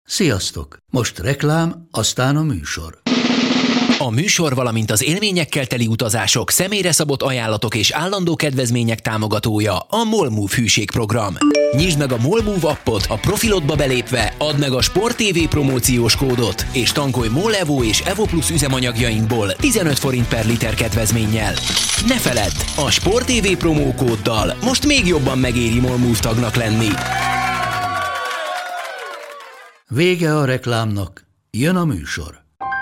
Sziasztok! Most reklám, aztán a műsor. A műsor, valamint az élményekkel teli utazások, személyre szabott ajánlatok és állandó kedvezmények támogatója a MOL Move hűségprogram. Nyisd meg a MOL Move appot, a profilodba belépve add meg a Sport TV promóciós kódot, és tankolj MOL Evo és Evo Plus üzemanyagjainkból 15 forint per liter kedvezménnyel. Ne feledd, a Sport TV promókóddal most még jobban megéri MOL Move tagnak lenni. Vége a reklámnak, jön a műsor.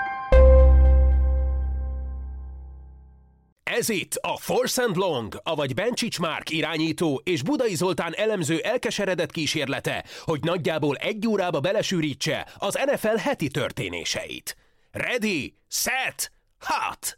Ez itt a Force and Long, avagy Bencsics Márk irányító és Budai Zoltán elemző elkeseredett kísérlete, hogy nagyjából 1 órába belesűrítse az NFL heti történéseit. Ready, set, hot!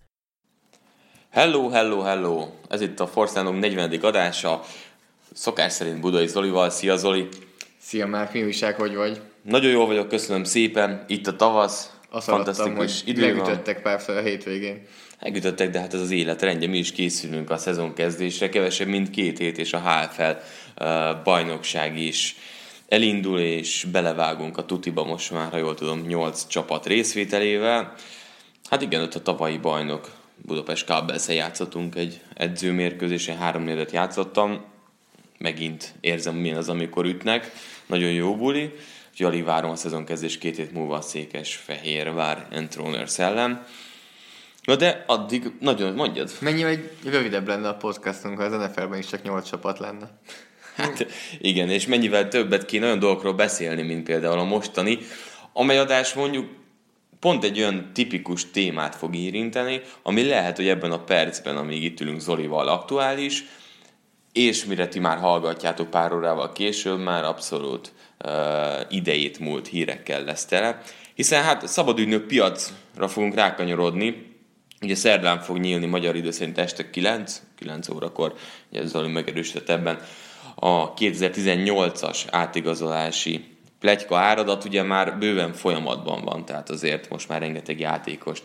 Hello! Ez itt a Force and Long 40. adása. Szokás szerint Budai Zolival. Szia Zoli! Szia Márk, mi újság, hogy vagy? Nagyon jól vagyok, köszönöm szépen. Itt a tavasz. Azt hallottam, hogy megütöttek párszor a hétvégén. Megütöttek, de hát ez az élet rendje. Mi is készülünk a szezon kezdésre. Kevesebb, mint 2 hét, és a HFL bajnokság is elindul, és belevágunk a tutiba most már, ha jól tudom, 8 csapat részvételével. Hát igen, ott a tavalyi bajnok Budapest Kábelszel játszottunk egy edzőmérkőzésen, 3-4-et játszottam. Megint érzem, milyen az, amikor ütnek. Nagyon jó buli. Úgyhogy alig várom a szezonkezdés 2 hét múlva a Székesfehérvár Entroners ellen. Na de addig nagyon mondjad. Mennyivel rövidebb lenne a podcastunk, ha az NFL-ben is csak 8 csapat lenne? Hát igen, és mennyivel többet kéne olyan dolgokról beszélni, mint például a mostani, amely adás mondjuk pont egy olyan tipikus témát fog érinteni, ami lehet, hogy ebben a percben, amíg itt ülünk Zolival, aktuális, és mire ti már hallgatjátok pár órával később, már abszolút idejét múlt hírekkel lesz tele. Hiszen hát szabadügynök piacra fogunk rákanyarodni. Ugye szerdán fog nyílni magyar idő szerint este 9 órakor, ugye Zoli megerősített ebben a 2018-as átigazolási pletyka áradat, ugye már bőven folyamatban van, tehát azért most már rengeteg játékost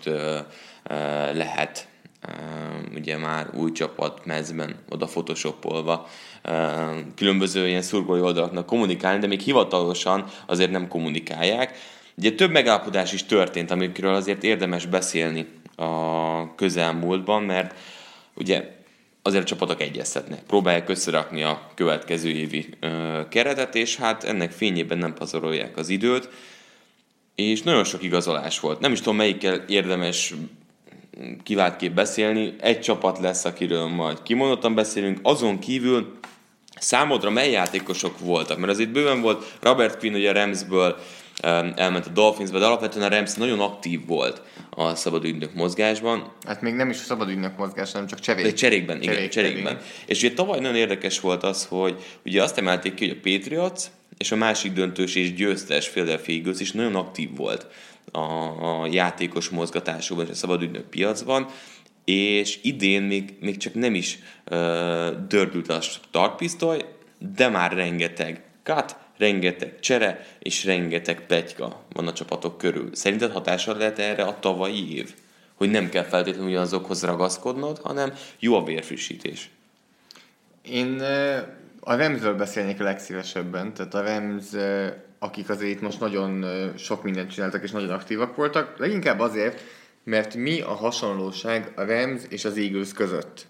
lehet ugye már új csapat mezben oda photoshopolva különböző ilyen szurkolói oldalaknak kommunikálni, de még hivatalosan azért nem kommunikálják. Ugye több megállapodás is történt, amikről azért érdemes beszélni a közelmúltban, mert ugye azért a csapatok egyeztetnek, próbálják összerakni a következő évi keretet, és hát ennek fényében nem pazarolják az időt, és nagyon sok igazolás volt. Nem is tudom, melyikkel érdemes kiváltképp beszélni. Egy csapat lesz, akiről majd kimondottan beszélünk, azon kívül számodra mely játékosok voltak, mert az itt bőven volt, Robert Quinn ugye a Ramsből elment a Dolphinsbe, de alapvetően a Rams nagyon aktív volt a szabadügynök mozgásban. Hát még nem is a szabadügynök mozgás, hanem csak cserékben. Igen. És ugye tavaly nagyon érdekes volt az, hogy ugye azt emelték ki, hogy a Patriots és a másik döntős és győztes Philadelphia Eagles is nagyon aktív volt a játékos mozgatásokban és a szabadügynök piacban, és idén még csak nem is dördült a startpisztoly, de már rengeteg cut, rengeteg csere és rengeteg pletyka van a csapatok körül. Szerinted hatással lehet erre a tavalyi év? Hogy nem kell feltétlenül ugyanazokhoz ragaszkodnod, hanem jó a vérfrissítés? Én a Ramsről beszélnék a legszívesebben, tehát a Rams, akik azért itt most nagyon sok mindent csináltak és nagyon aktívak voltak, leginkább azért, mert mi a hasonlóság a Rams és az Eagles között?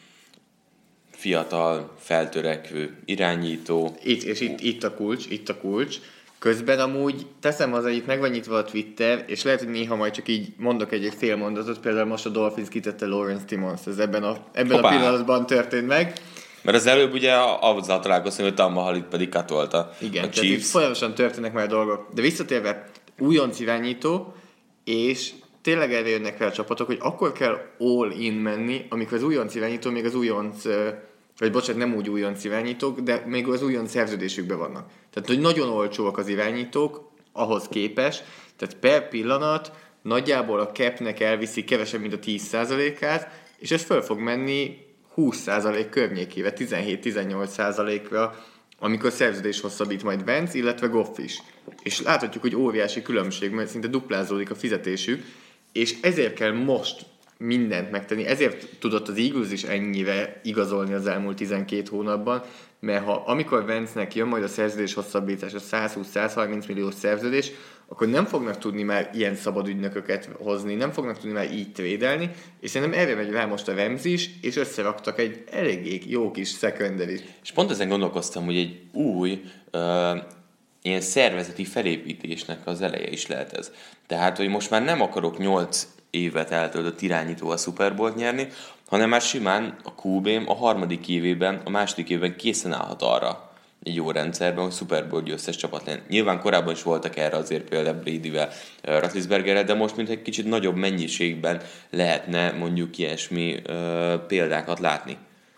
Fiatal, feltörekvő, irányító. Itt a kulcs. Közben amúgy teszem hozzá, hogy itt meg van nyitva a Twitter, és lehet, hogy néha majd csak így mondok egy fél mondatot, például most a Dolphins kitette Lawrence Timmons, ez ebben a pillanatban történt meg. Mert az előbb ugye azzal találkoztam, hogy Tamba Halit pedig katolta. Igen, tehát itt folyamatosan történnek már dolgok. De visszatérve, újonc irányító, és tényleg erre jönnek rá a csapatok, hogy akkor kell all-in menni, amikor az újonc irányító még az újonc, vagy bocsánat, nem úgy újonc irányítók, de még az újonc szerződésükben vannak. Tehát, hogy nagyon olcsóak az irányítók, ahhoz képest, tehát per pillanat nagyjából a capnek elviszi kevesebb, mint a 10%-át, és ez föl fog menni 20% környékével, 17-18%-ra, amikor szerződés hosszabbít majd Wentz, illetve Goff is. És láthatjuk, hogy óriási különbség, mert szinte duplázódik a fizetésük, és ezért kell most mindent megtenni. Ezért tudott az Eagles is ennyire igazolni az elmúlt 12 hónapban, mert amikor Vance-nek jön majd a szerződés hosszabbítás, a 120-130 milliós szerződés, akkor nem fognak tudni már ilyen szabad ügynököket hozni, nem fognak tudni már így trédelni, és szerintem erre megy rá most a Rams is, és összeraktak egy eléggé jó kis secondary. És pont ezen gondolkoztam, hogy egy új ilyen szervezeti felépítésnek az eleje is lehet ez. Tehát, hogy most már nem akarok 8 évet eltöltött irányító a Super Bowl-t nyerni, hanem már simán a QB-m a harmadik évében, a második évben készen állhat arra egy jó rendszerben, hogy Super Bowl győztes csapat legyen. Nyilván korábban is voltak erre azért például Bradyvel, Roethlisbergerrel, de most mint egy kicsit nagyobb mennyiségben lehetne mondjuk ilyesmi példákat látni.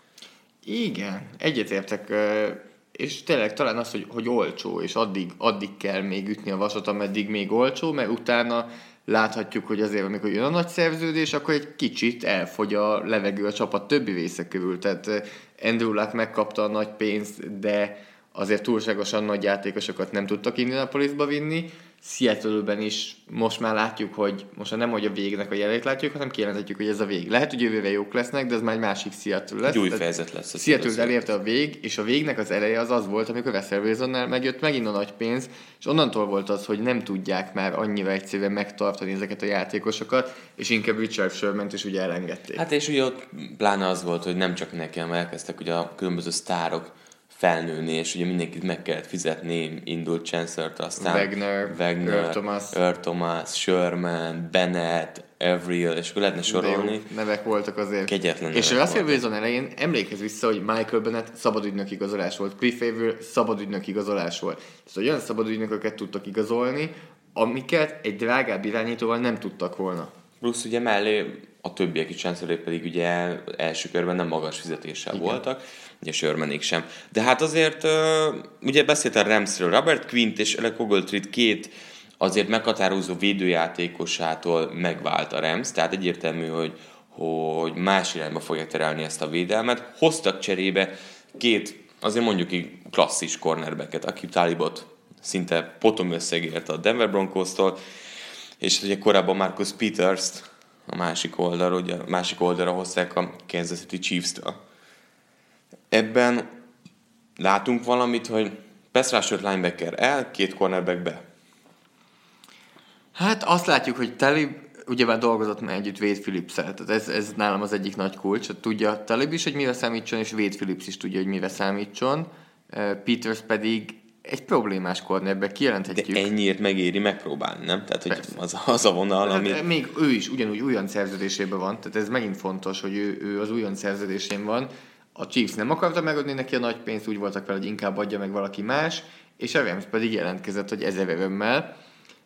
Igen, egyetértek, és tényleg talán az, hogy olcsó, és addig kell még ütni a vasat, ameddig még olcsó, mert utána láthatjuk, hogy azért, amikor jön a nagy szerződés, akkor egy kicsit elfogy a levegő a csapat többi része körül. Tehát Andrew Luck megkapta a nagy pénzt, de azért túlságosan nagy játékosokat nem tudtak Indianapolisba vinni. Seattle-ben is most már látjuk, hogy most már nem, hogy a végnek a jelét látjuk, hanem kijelenthetjük, hogy ez a vég. Lehet, hogy jövőre jók lesznek, de ez már egy másik Seattle lesz. Egy új fejezet lesz. A Seattle elérte a vég, és a végnek az eleje az volt, amikor Russell Wilsonnál megjött megint a nagy pénz, és onnantól volt az, hogy nem tudják már annyira egyszerűen megtartani ezeket a játékosokat, és inkább Richard Shermant is ugye elengedték. Hát és ugye ott pláne az volt, hogy nem csak nekem elkezdtek ugye a különböző sztárok felnőni, és ugye mindenkit meg kellett fizetni, indult Chancellor-t, aztán Wagner, Earl Thomas, Sherman, Bennett, Avril, és akkor lehetne sorolni. Nevek voltak azért. Kegyetlen és nevek Russell Wilson elején emlékezz vissza, hogy Michael Bennett szabadügynök igazolás volt, Cliff Avril szabadügynök igazolás volt. Tehát olyan szabadügynököket tudtak igazolni, amiket egy drágább irányítóval nem tudtak volna. Plusz ugye mellé a többiek is, Chancellor pedig ugye első körben nem magas fizetéssel voltak, ugye Shermanék sem. De hát azért ugye beszélt a Ramsről, Robert Quint és Alec Ogletree két azért meghatározó védőjátékosától megvált a Rams, tehát egyértelmű, hogy más irányba fogják terelni ezt a védelmet. Hoztak cserébe két, azért mondjuk így klasszis cornerbacket, aki Talibot szinte potom összegért a Denver Broncos-tól, és ugye korábban Marcus Peters-t a másik oldalra hozták a Kansas City Chiefs-től. Ebben látunk valamit, hogy pass rusher linebacker el, két cornerback be. Hát azt látjuk, hogy Talib ugyebár dolgozott már együtt Wade Phillips-el, tehát ez nálam az egyik nagy kulcs. Tudja Talib is, hogy mire számítson, és Wade Phillips is tudja, hogy mire számítson. Peters pedig egy problémás cornerback, kijelenthetjük. De ennyiért megéri megpróbálni, nem? Tehát, hogy az a vonal, ami... Hát, még ő is ugyanúgy újon szerződésében van, tehát ez megint fontos, hogy ő az újon szerződésén van. A Chiefs nem akarta megadni neki a nagy pénzt, úgy voltak vele, hogy inkább adja meg valaki más, és a Rams pedig jelentkezett, hogy ezer örömmel.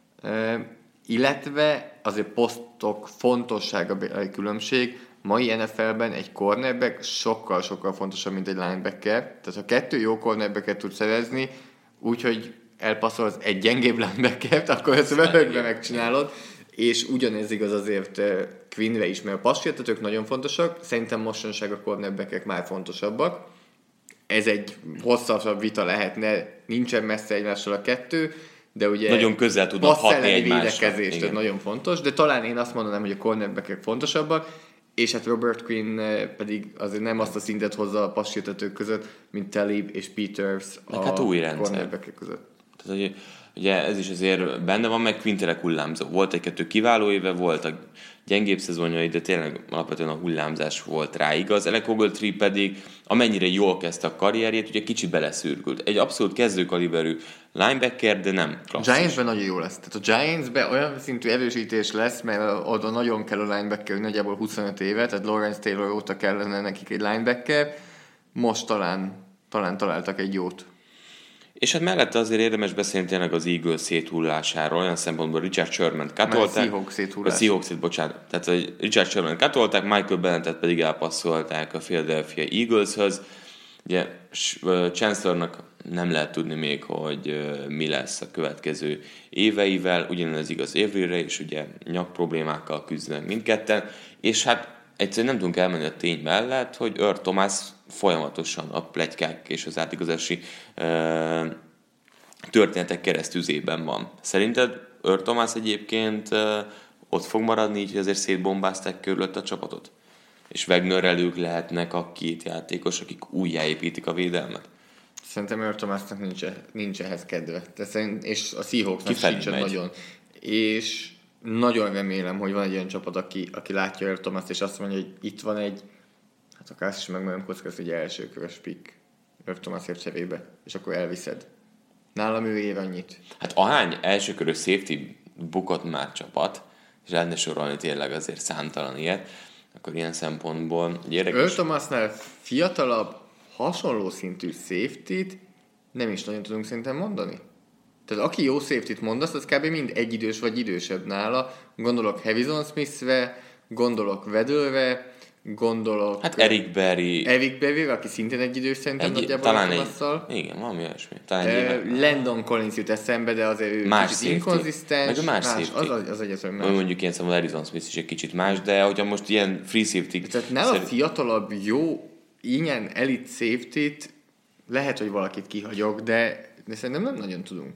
Illetve azért posztok fontossága a különbség. Mai NFL-ben egy cornerback sokkal-sokkal fontosabb, mint egy linebacker. Tehát ha kettő jó cornerbacket tud szerezni, úgyhogy elpasszolsz egy gyengébb linebackert, akkor ezt röhögve megcsinálod. És ugyanez igaz azért Quinnre is, mert a passzsértetők nagyon fontosak. Szerintem mostanság a cornerbackek már fontosabbak. Ez egy hosszabb vita lehetne, nincsen messze egymással a kettő, de ugye nagyon közel tudnak hatni egymásra. Tehát nagyon fontos, de talán én azt mondanám, hogy a cornerbackek fontosabbak, és hát Robert Quinn pedig azért nem azt a szintet hozza a passzsértetők között, mint Talib és Peters a cornerbackek között. Tehát, ugye ez is azért benne van, meg Quinterek hullámzó. Volt egy-kettő kiváló éve, voltak gyengébb szezonjai, de tényleg alapvetően a hullámzás volt rá igaz. Alec Ogletree pedig, amennyire jól kezdte a karrierjét, ugye kicsit beleszürkült. Egy abszolút kezdőkaliberű linebacker, de nem klasszis. Giantsben nagyon jó lesz. Tehát a Giantsben olyan szintű erősítés lesz, mert oda nagyon kell a linebacker, hogy nagyjából 25 éve, tehát Lawrence Taylor óta kellene nekik egy linebacker. Most talán találtak egy jót. És hát mellette azért érdemes beszélni tényleg az Eagles széthullásáról, olyan szempontból Richard Sherman-t katolták. A Seahawks-ét, bocsánat. Tehát, hogy Richard Sherman-t katolták, Michael Bennettet pedig elpasszolták a Philadelphia Eagleshöz. Ugye Chancellornak nem lehet tudni még, hogy mi lesz a következő éveivel, ugyanez igaz Avrilre is, ugye nyak problémákkal küzdenek mindketten, és hát egyszerűen nem tudunk elmenni a tény mellett, hogy Earl Thomas folyamatosan a pletykák és az átigazási történetek keresztüzében van. Szerinted Earl Thomas egyébként ott fog maradni, így hogy azért szétbombázták körülött a csapatot. És Wagnerrel ők lehetnek a két játékos, akik újjáépítik a védelmet. Szerintem Earl Thomasnak nincs ehhez kedve. És a Seahawksnak sincsen megy. nagyon. És nagyon remélem, hogy van egy olyan csapat, aki látja Earl Thomast, és azt mondja, hogy itt van egy, hát akár azt is megmondom, kockáz, egy elsőkörös pick Earl Thomasért cserébe, és akkor elviszed. Nálam ő ér annyit. Hát ahány elsőkörös safety bukott már csapat, és lehetne sorolni tényleg azért számtalan ilyet, akkor ilyen szempontból érdekes. Earl Thomasnál fiatalabb, hasonló szintű safety-t nem is nagyon tudunk szerintem mondani. Tehát aki jó safety-t mondasz, az kb. Mind egyidős vagy idősebb nála. Gondolok Harrison Smith-re, gondolok Weddle-re, gondolok... Hát Eric Berry, aki szintén egyidős szerintem nagyjából talán Thomasszal. igen, valami olyasmi. Talán Landon Collins jut eszembe, de azért ő más kicsit inkonzisztens. Meg a más safety. Az egyetlen más. Mondjuk ilyen szemben Harrison Smith is egy kicsit más, de hogyha most ilyen free safety... Tehát nála fiatalabb, jó, ilyen elite safety-t lehet, hogy valakit kihagyok, de szerintem nem nagyon tudunk.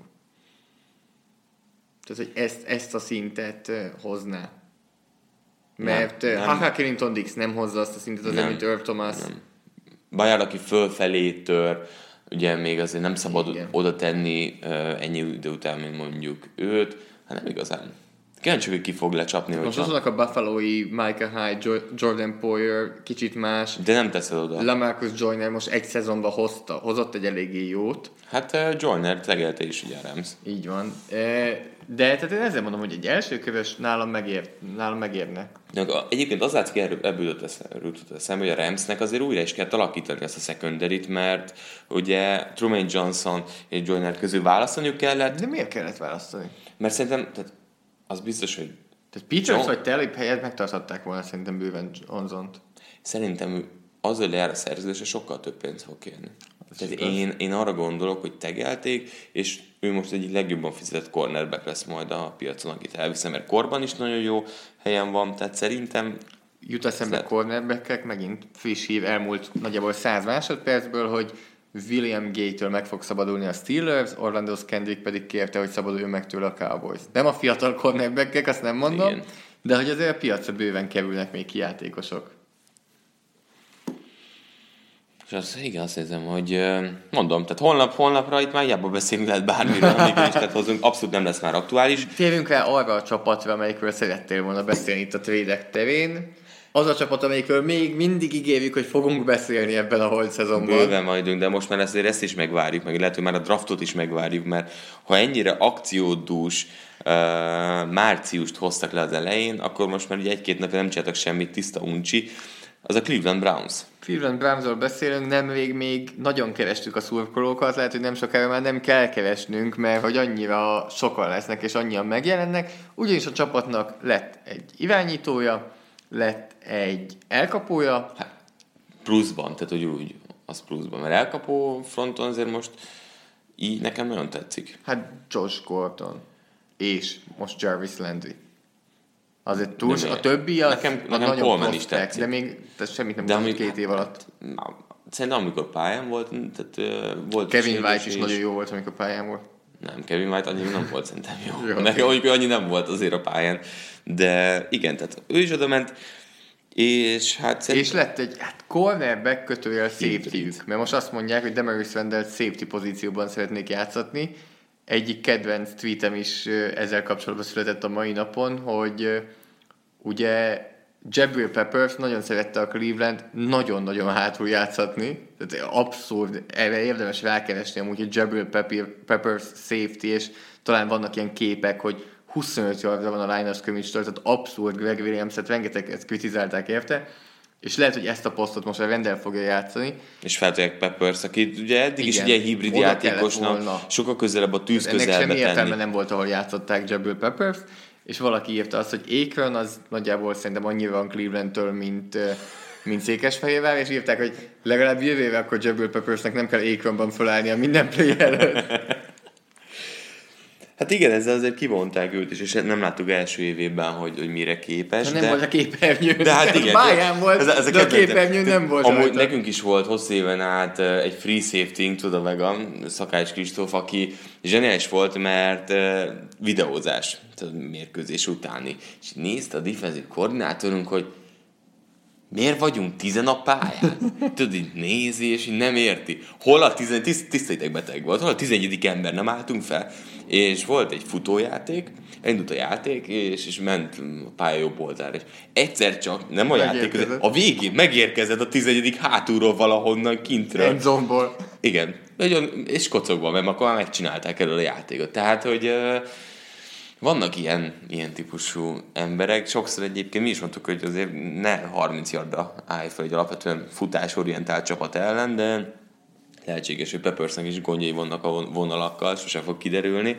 Tehát, hogy ezt a szintet hozná. Mert Haka Killington Dix nem hozza azt a szintet, az amit Earl Thomas. Bajár, aki fölfelé tör, ugye még azért nem szabad oda tenni ennyi idő után, mint mondjuk őt. Hát nem igazán. Kíváncsi, hogy ki fog lecsapni. Most az vannak a Buffalo-i, Micah Hyde, Jordan Poyer, kicsit más. De nem teszed oda. LaMarcus Joyner most egy szezonban hozott egy eléggé jót. Hát Joyner tegelte is ugye a Rams. Így van. De tehát én ezzel mondom, hogy egy elsőkörös nálam megérne. Egyébként az látszik, ebből jutott eszembe, hogy a Ramsnek azért újra is kell alakítani ezt a secondaryt, mert ugye Trumaine Johnson és Joyner közül választaniuk kellett. De miért kellett választani? Mert szerintem az biztos, hogy... Tehát Peters vagy Talib helyett megtarthatták volna szerintem bőven Johnson-t. Szerintem ő azzal lejár a szerződésre sokkal több pénzt fog kérni. Tehát én arra gondolok, hogy tegelték, és ő most egyik legjobban fizetett cornerback lesz majd a piacon, akit elviszem, mert korban is nagyon jó helyen van, tehát szerintem... Jut eszembe cornerback-ek, megint friss hír elmúlt nagyjából 100 másodpercből, hogy William Gay-től meg fog szabadulni a Steelers, Orlando Scandrick pedig kérte, hogy szabaduljon meg tőle a Cowboys. Nem a fiatal cornerback-ek, azt nem mondom, igen. De hogy azért a piacra bőven kerülnek még ki játékosok. És azt hiszem, hogy mondom, tehát holnapra itt már hiába beszélni lehet bármiről, amikor is tehát hozunk, abszolút nem lesz már aktuális. Térjünk rá arra a csapatra, amelyikről szerettél volna beszélni itt a trédek terén. Az a csapat, amelyikről még mindig ígérjük, hogy fogunk beszélni ebben a holt szezonban. Bőven majdunk, de most már ezt is megvárjuk, meg lehet, hogy már a draftot is megvárjuk, mert ha ennyire akciódús márciust hoztak le az elején, akkor most már ugye egy-két napja nem csináltak semmit, tiszta uncsi. Az a Cleveland Browns. Cleveland Brownsról beszélünk, nemrég még nagyon kerestük a szurkolókat, lehet, hogy nem sokára már nem kell keresnünk, mert hogy annyira sokan lesznek és annyian megjelennek, ugyanis a csapatnak lett egy irányítója, lett egy elkapója. Hát, pluszban, tehát hogy úgy, az pluszban, mert elkapó fronton azért most így nekem nagyon tetszik. Hát Josh Gordon és most Jarvis Landry. Azért túl, a többi az nekem nagyon Coleman is tetszik. de még semmit nem mondott 2 év alatt. Szerintem amikor pályán volt, tehát volt Kevin White is nagyon jó volt, amikor pályán volt. Nem, Kevin White annyi nem volt szerintem jó. Nekem annyi nem volt azért a pályán. De igen, tehát ő is oda ment, és hát szerintem... És lett egy cornerback kötőjel safety-ük, mert most azt mondják, hogy Demarius Randall safety pozícióban szeretnék játszatni. Egyik kedvenc tweetem is ezzel kapcsolatban született a mai napon, hogy ugye Jabril Peppers nagyon szerette a Cleveland nagyon-nagyon hátul játszatni, tehát abszurd, erre érdemes rákeresni amúgy, hogy Jabril Peppers safety, és talán vannak ilyen képek, hogy 25 yardra van a line of scrimmage-től, tehát abszurd. Greg Williams-et rengeteget kritizálták érte, és lehet, hogy ezt a posztot most a Randall fogja játszani. És feltűnnek Peppers, aki ugye eddig is ugye hibrid játékosnak, sokkal közelebb a tűz közelbe tenni. Ennek semmi értelme nem volt, ahol játszották Jabril Peppers, és valaki írta azt, hogy Akron az nagyjából szerintem annyira van Clevelandtől, mint Székesfehérvár, és írták, hogy legalább jövő éve akkor Jabril Peppersnek nem kell Akronban fölállnia minden play előtt. Hát igen, ezzel azért kivonták őt is, és nem láttuk első évében, hogy mire képes. Nem volt a képernyőn. De hát igen. Máján volt, de a képernyőn nem volt. Amúgy rajta. Nekünk is volt hosszú éven át egy free safety-nk, tudod meg a Szakács Kristóf, aki zseniális volt, mert videózás, mérkőzés utáni. És nézte a defensive koordinátorunk, hogy miért vagyunk 10 a pályán? Tudod, így nézi, és így nem érti. Hol a tisztaitek beteg volt, hol a 11. ember, nem álltunk fel, és volt egy futójáték, elindult a játék, és ment a pálya jobb oldalra. És egyszer csak, nem a játék között, a végén megérkezett a 11. hátulról valahonnan kintről. Endzomból. Igen, és kocogva, mert akkor már megcsinálták elő a játékot. Tehát, hogy vannak ilyen típusú emberek. Sokszor egyébként mi is mondtuk, hogy azért ne 30 yardra állj fel egy alapvetően futásorientált csapat ellen, de lehetséges, hogy Peppersnek is gondjai vannak a vonalakkal, sose fog kiderülni.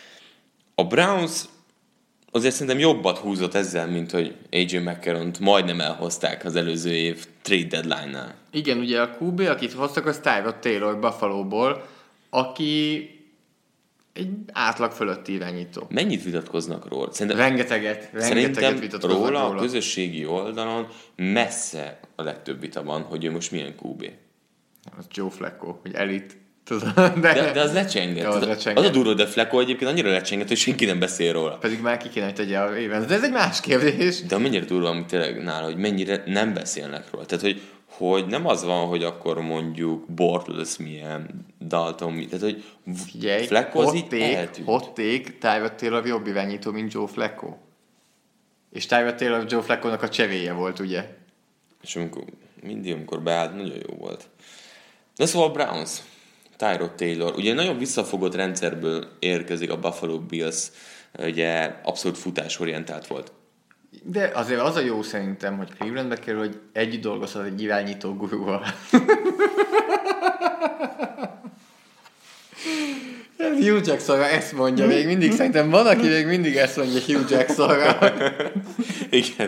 A Browns azért szerintem jobbat húzott ezzel, mint hogy AJ McCarron-t majdnem elhozták az előző év trade deadline-nál. Igen, ugye a QB, akit hoztak, az Tyrod Taylor Buffalo-ból, aki egy átlag fölötti irányító. Mennyit vitatkoznak róla? Rengeteget vitatkoznak róla. A közösségi oldalon messze a legtöbb vita van, hogy ő most milyen QB. Az Joe Flacco, hogy elit. De az lecsenget. Az a durva, de Flacco egyébként annyira lecsenget, hogy senki nem beszél róla. Pedig már ki kéne, hogy tegye a Ravens. De ez egy más kérdés. De mennyire durva, amit tényleg nála, hogy mennyire nem beszélnek róla. Tehát, hogy nem az van, hogy akkor mondjuk Bortles milyen, Dalton mi. Tehát, hogy Flacco az így eltűnt. Hot take, Tyrod Taylor jobb irányító, mint Joe Flacco. És Tyrod Taylor Joe Flacco-nak a csevéje volt, ugye? És amikor beállt, nagyon jó volt. De szóval Browns, Tyrod Taylor, ugye nagyon visszafogott rendszerből érkezik a Buffalo Bills, ugye abszolút futásorientált volt. De azért az a jó szerintem, hogy Clevelandbe kerül, hogy együtt dolgozhat egy irányító gurúval. Hugh Jacksonra ezt mondja még mindig, szerintem van, aki még mindig ezt mondja Hugh Jacksonra. Igen.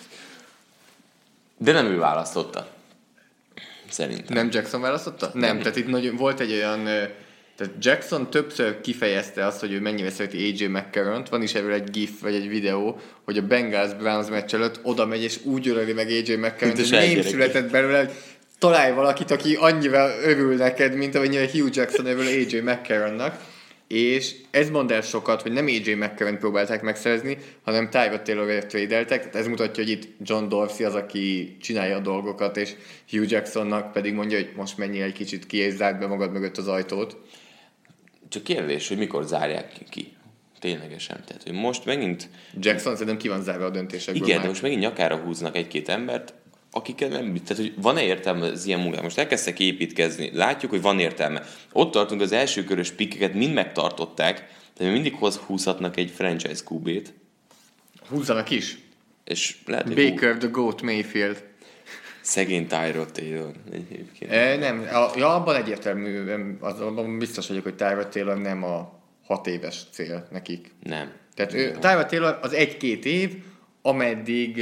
De nem ő választotta. Szerintem. Nem Jackson választotta? Nem, tehát itt volt egy olyan... Tehát Jackson többször kifejezte azt, hogy ő mennyire szereti AJ McCarron-t. Van is erről egy gif, vagy egy videó, hogy a Bengals-Browns meccs előtt oda megy, és úgy öröli meg AJ McCarron, hogy mém született belőle, hogy találj valakit, aki annyira örül neked, mint amennyire Hugh Jackson örül AJ McCarronnak. És ez mond el sokat, hogy nem AJ McCarron próbálták megszerezni, hanem Tyrod Taylorért trédeltek. Tehát ez mutatja, hogy itt John Dorsey az, aki csinálja a dolgokat, és Hugh Jacksonnak pedig mondja, hogy most menjél egy kicsit ki, és zárd be magad mögött az ajtót. Csak kérdés, hogy mikor zárják ki. Ténylegesen. Tehát, hogy most megint... Jackson szerintem ki van zárva a döntésekből. Igen, de most megint nyakára húznak egy-két embert, akiket nem... Tehát, hogy van-e értelme az ilyen munkák? Most elkezdtek építkezni. Látjuk, hogy van értelme. Ott tartunk, az első körös pikkeket mind megtartották, tehát mindig húzhatnak egy franchise QB-t. Húzzanak is. És lehet, Baker, the Goat, Mayfield. Szegény Tyrod Taylor egyébként. Nem, abban egyértelmű, abban biztos vagyok, hogy Tyrod Taylor nem a 6 éves cél nekik. Nem. Tehát Tyrod Taylor az 1-2 év, ameddig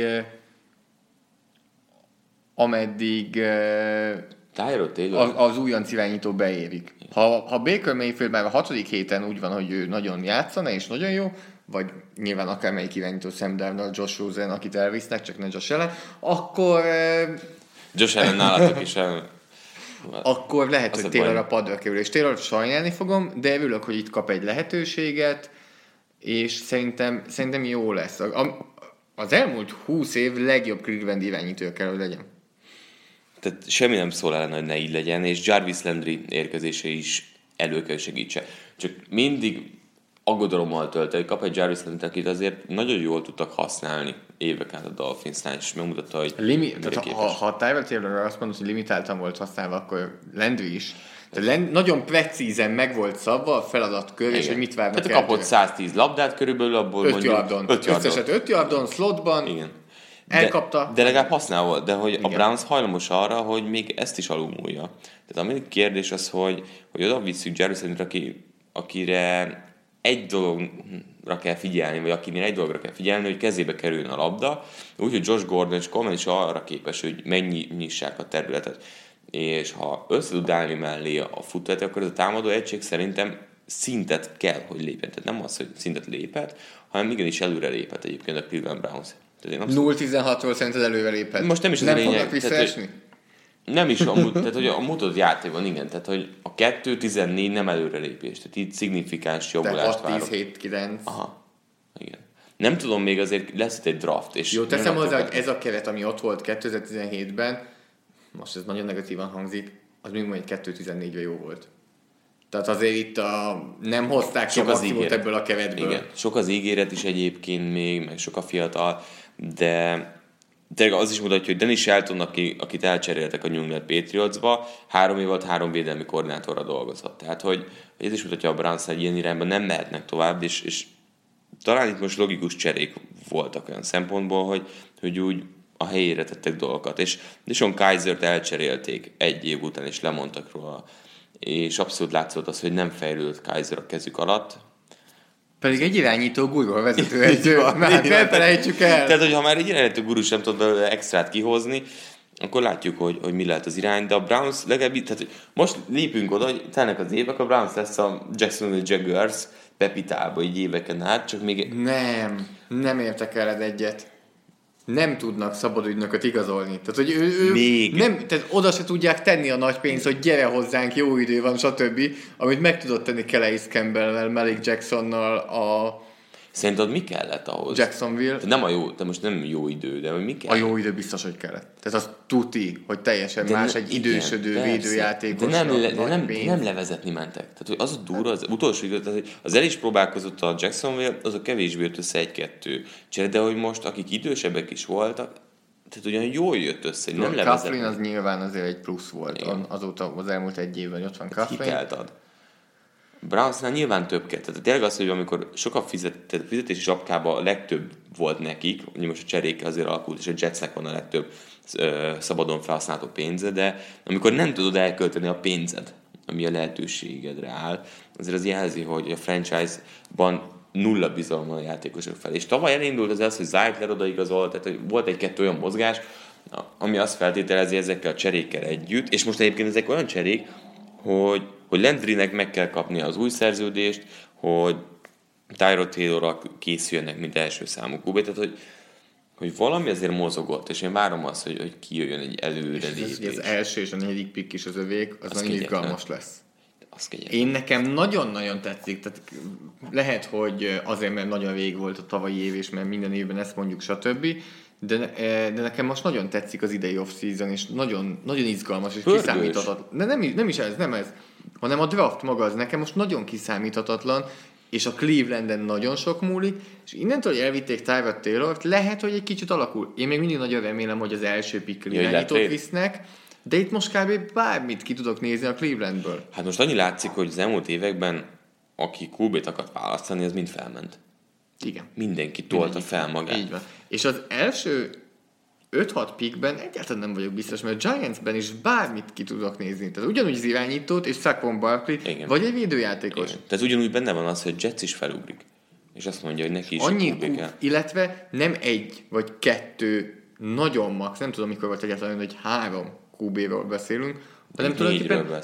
Tyrod Taylor az újonc irányító beérik. Ha Baker Mayfield már a 6. héten úgy van, hogy ő nagyon játszana és nagyon jó, vagy nyilván akármelyik irányító, Sam Darnold, Josh Rosen, akit elvisznek, csak ne Josh Allen, akkor... Josh Allen nálatok is akkor lehet, hogy Taylor a padra kerül, és Taylor sajnálni fogom, de örülök, hogy itt kap egy lehetőséget, és szerintem jó lesz. Az elmúlt 20 év legjobb Cleveland irányító kell, hogy legyen. Tehát semmi nem szól ellen, hogy ne így legyen, és Jarvis Landry érkezése is elő kell segítse. Csak mindig aggodalommal tölt, hogy kap egy Jarvis Landryt, akit azért nagyon jól tudtak használni évek át a Dolphinsnál, és megmutatta, hogy ha Tyrod Taylorra azt mondod, hogy limitáltan volt használva, akkor Landry is. Tehát nagyon precízen meg volt szabva a feladatkör, és hogy mit várnak el. Tehát kapott 110 labdát körülbelül, abból 5 mondjuk yardon. 5 yardon. Összeset 5 yardon, slotban. Igen. Elkapta. De legalább használ volt, de hogy igen. A Browns hajlamos arra, hogy még ezt is alulmúlja. Tehát a kérdés az, hogy oda visszük Jarvis Landryt, akire egy dologra kell figyelni, vagy akinél egy dologra kell figyelni, hogy kezébe kerüljön a labda, úgyhogy Josh Gordon és Coleman is arra képes, hogy nyissák a területet. És ha össze tud állni mellé a futót, akkor ez a támadó egység szerintem szintet kell, hogy lépjen. Tehát nem az, hogy szintet lépett, hanem igenis előre lépett egyébként a Cleveland Browns. 0-16-ról szerinted előre lépett. Most nem is az nem lényeg. fognak visszaesni? Nem is, tehát hogy a mutató játékban, igen, tehát hogy a 2-14 nem előrelépés, tehát itt szignifikáns jobbulást várok. 6-10-7-9. Aha, igen. Nem tudom, még azért lesz itt egy draft. És jó, teszem hozzá, hogy ez a keret, ami ott volt 2017-ben, most ez nagyon negatívan hangzik, az még majd 2-14-ben jó volt. Tehát azért itt nem hozták ki a maximumot ebből a keretből. Igen, sok az ígéret is egyébként még, meg sok a fiatal, de tényleg az is mutatja, hogy Danny Shelton, akit elcseréltek a New England Patriotsba, 3 év alatt 3 védelmi koordinátorra dolgozott. Tehát, hogy ez is mutatja a Browns, hogy ilyen irányban nem mehetnek tovább, és talán itt most logikus cserék voltak olyan szempontból, hogy úgy a helyére tettek dolgokat. És Deshaun Kiezert elcserélték 1 év után, és lemondtak róla. És abszolút látszott az, hogy nem fejlődött Kaiser a kezük alatt. Pedig egy irányító gurú vezetőedző, már felfelejtsük el. Tehát, hogyha már egy irányító gurú sem tud belőle extrát kihozni, akkor látjuk, hogy mi lehet az irány, de a Browns legalább, tehát hogy most lépünk oda, hogy telnek az évek, a Browns lesz a Jacksonville Jaguars Pepitába így éveken át, csak még... Nem értek el egyet. Nem tudnak szabad ügynököt igazolni. Tehát, hogy tehát oda se tudják tenni a nagy pénzt, hogy gyere hozzánk, jó idő van, stb. Amit meg tudott tenni Calais Campbell-nel, Malik Jacksonnal, Szerinted mi kellett ahhoz? Jacksonville. De most nem jó idő, de mi kell? A jó idő biztos, hogy kellett. Tehát az tuti, hogy teljesen más egy idősödő védőjátékos. De nem levezetni mentek. Tehát hogy az a durva, az utolsó idő, tehát az el is próbálkozott a Jacksonville, az a kevésbé jött össze 1-2 csere, de hogy most, akik idősebbek is voltak, tehát ugyan jól jött össze, nem levezetni. Coughlin az nyilván azért egy plusz volt. Azóta az elmúlt 1 évben ott van Coughlin. Hitelt ad. Brownsnál nyilván több kell. Tehát tényleg az, hogy amikor sokan fizetési sapkában a legtöbb volt nekik, most a cserékkel azért alakult, és a Jetsnek van a legtöbb szabadon felhasználható pénze, de amikor nem tudod elkölteni a pénzed, ami a lehetőségedre áll, azért az jelzi, hogy a franchise-ban nulla bizalom a játékosok felé. És tavaly elindult az, hogy Zeitler odaigazolt, tehát volt egy-kettő olyan mozgás, ami azt feltételezi ezekkel a cserékkel együtt, és most egyébként ezek olyan cserék, hogy Landrynek meg kell kapnia az új szerződést, hogy Tyrod Taylorra készüljenek, mint első számú QB, tehát hogy valami azért mozogott, és én várom azt, hogy kijöjjön egy előrelépés. Az első és a 4. pick is az övék, az nagyon izgalmas lesz. Én nekem nagyon-nagyon tetszik, tehát lehet, hogy azért, mert nagyon rég volt a tavalyi év, és mert minden évben ezt mondjuk, stb., de nekem most nagyon tetszik az idei off-season, és nagyon, nagyon izgalmas, és kiszámíthatatlan. De nem is ez, hanem a draft maga az nekem most nagyon kiszámíthatatlan, és a Clevelanden nagyon sok múlik, és innentől, hogy elvitték Tyrod Taylort, lehet, hogy egy kicsit alakul. Én még mindig nagyon remélem, hogy az első pick irányítót visznek, de itt most kb. Bármit ki tudok nézni a Clevelandből. Hát most annyi látszik, hogy az elmúlt években, aki QB-t akart választani, az mind felment. Igen. Mindenki tolta fel magát. Így van. És az első 5-6 pickben egyáltalán nem vagyok biztos, mert a Giantsben is bármit ki tudok nézni. Tehát ugyanúgy az irányítót és Saquon Barkley, vagy egy védőjátékos. Igen. Tehát ugyanúgy benne van az, hogy Jets is felugrik. És azt mondja, hogy neki is annyi QB kell. Illetve nem 1 vagy 2 nagyon max, nem tudom mikor volt egyáltalán, hogy 3 QB-ről beszélünk, hanem tulajdonképpen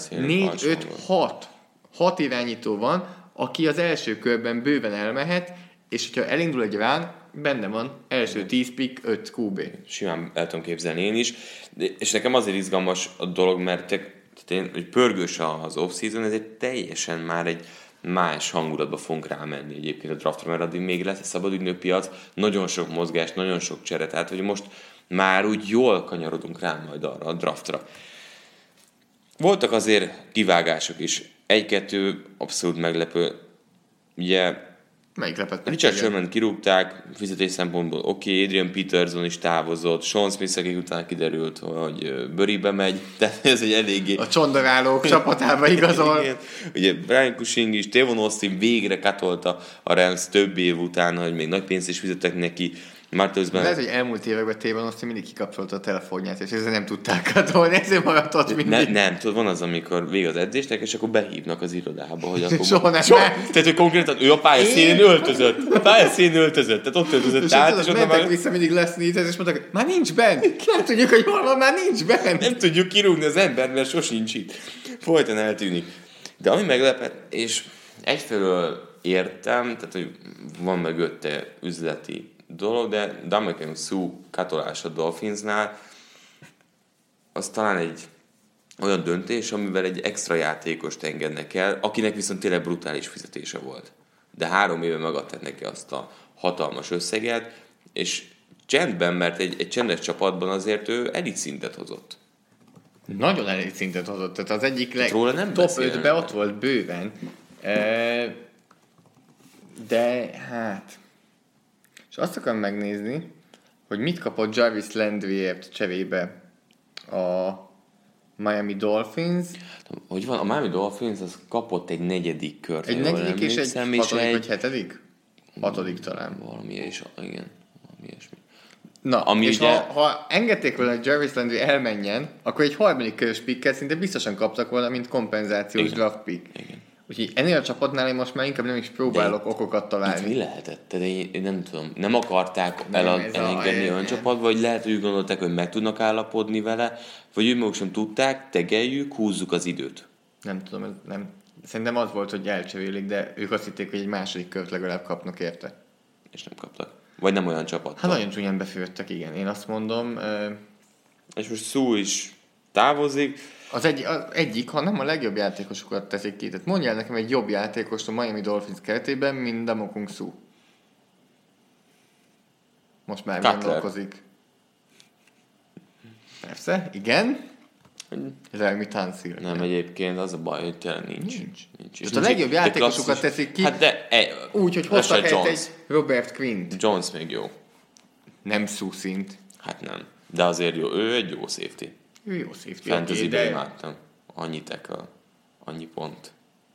4-5-6 irányító van, aki az első körben bőven elmehet, és hogyha elindul egy rán, benne van első 10 pick, 5 QB. Simán el tudom képzelni én is. És nekem azért izgalmas a dolog, mert hogy pörgős az off-season, ez egy teljesen már egy más hangulatba fogunk rámenni egyébként a draftra, mert addig még lesz a szabadügynök piac, nagyon sok mozgás, nagyon sok csere, tehát hogy most már úgy jól kanyarodunk rá majd arra a draftra. Voltak azért kivágások is. 1-2 abszolút meglepő. Ugye melyik lepett? Richard Sherman kirúgták, fizetés szempontból oké, Adrian Peterson is távozott, Sean Smith, akik után kiderült, hogy Burybe megy, de ez egy eléggé... A csondorálók csapatába igazol. Igen. Ugye Brian Cushing is, Tavon Austin végre katolta a Rams több év után, hogy még nagy pénzt is fizettek neki. Lehet, hogy elmúlt években Tavon Austin mindig kikapcsolta a telefonját, és ezzel nem tudták katolni, ezért maradt ott mindig. Nem, tudod, van az, amikor vége az edzésnek, és akkor behívnak az irodába, hogy akkor... Soha nem. Tehát, hogy konkrétan ő a pályaszínén öltözött. Tehát ott öltözött át, és mentek már... vissza mindig lesz Sneedhez, és mondták, már nincs bent. Nem tudjuk, hogy hol van, már nincs bent. Nem tudjuk kirúgni az embert, mert sosincs itt. Folyton eltűnik. De ami meglepett, és egyfelől értem, tehát hogy van mögötte üzleti dolog, de Ndamukong Suh katolás a Dolphinsnál az talán egy olyan döntés, amivel egy extra játékost engednek el, akinek viszont tényleg brutális fizetése volt. De 3 éve megadták neki azt a hatalmas összeget, és csendben, mert egy csendes csapatban azért ő elit szintet hozott. Nagyon elit szintet hozott, tehát az egyik top 5-be ott volt bőven. De hát... És azt akarom megnézni, hogy mit kapott Jarvis Landryért cserébe a Miami Dolphins. Hogy van, a Miami Dolphins az kapott egy 4. kört. Egy 4. és egy 6. vagy 7. 6. talán. Valami és igen. Valami ilyesmi. Na, ami és ugye... ha engedték volna, hogy Jarvis Landry elmenjen, akkor egy 3. körös picket szinte biztosan kaptak volna, mint kompenzációs draft pick. Igen. Úgyhogy ennél a csapatnál én most már inkább nem is próbálok okokat találni. Itt mi lehetett? De én nem tudom. Nem akarták elengedni olyan csapatba, vagy lehet, hogy úgy gondolták, hogy meg tudnak állapodni vele, vagy ők maguk sem tudták, tegeljük, húzzuk az időt. Nem tudom, nem. Szerintem az volt, hogy elcserélik, de ők azt hitték, hogy egy 2. kört legalább kapnak érte. És nem kaptak. Vagy nem olyan csapat. Hát nagyon csúnyán befőttek, igen. Én azt mondom. És most Suh is távozik. Az egyik, ha nem a legjobb játékosokat teszik ki. Tehát mondjál nekem egy jobb játékost a Miami Dolphins keretében, mint Ndamukong Suh. Most már gondolkozik. Persze, igen. Remy Tansil. Nem, egyébként az a baj, hogy tényleg nincs. Tehát a legjobb játékosokat teszik ki, hát de, úgy, hogy hoztak egy Robert Quint. Jones még jó. Nem Suh szint. Hát nem. De azért jó, ő egy jó safety. Ő jó safety. Fantasyben imádtam. Annyi tackle, annyi pont.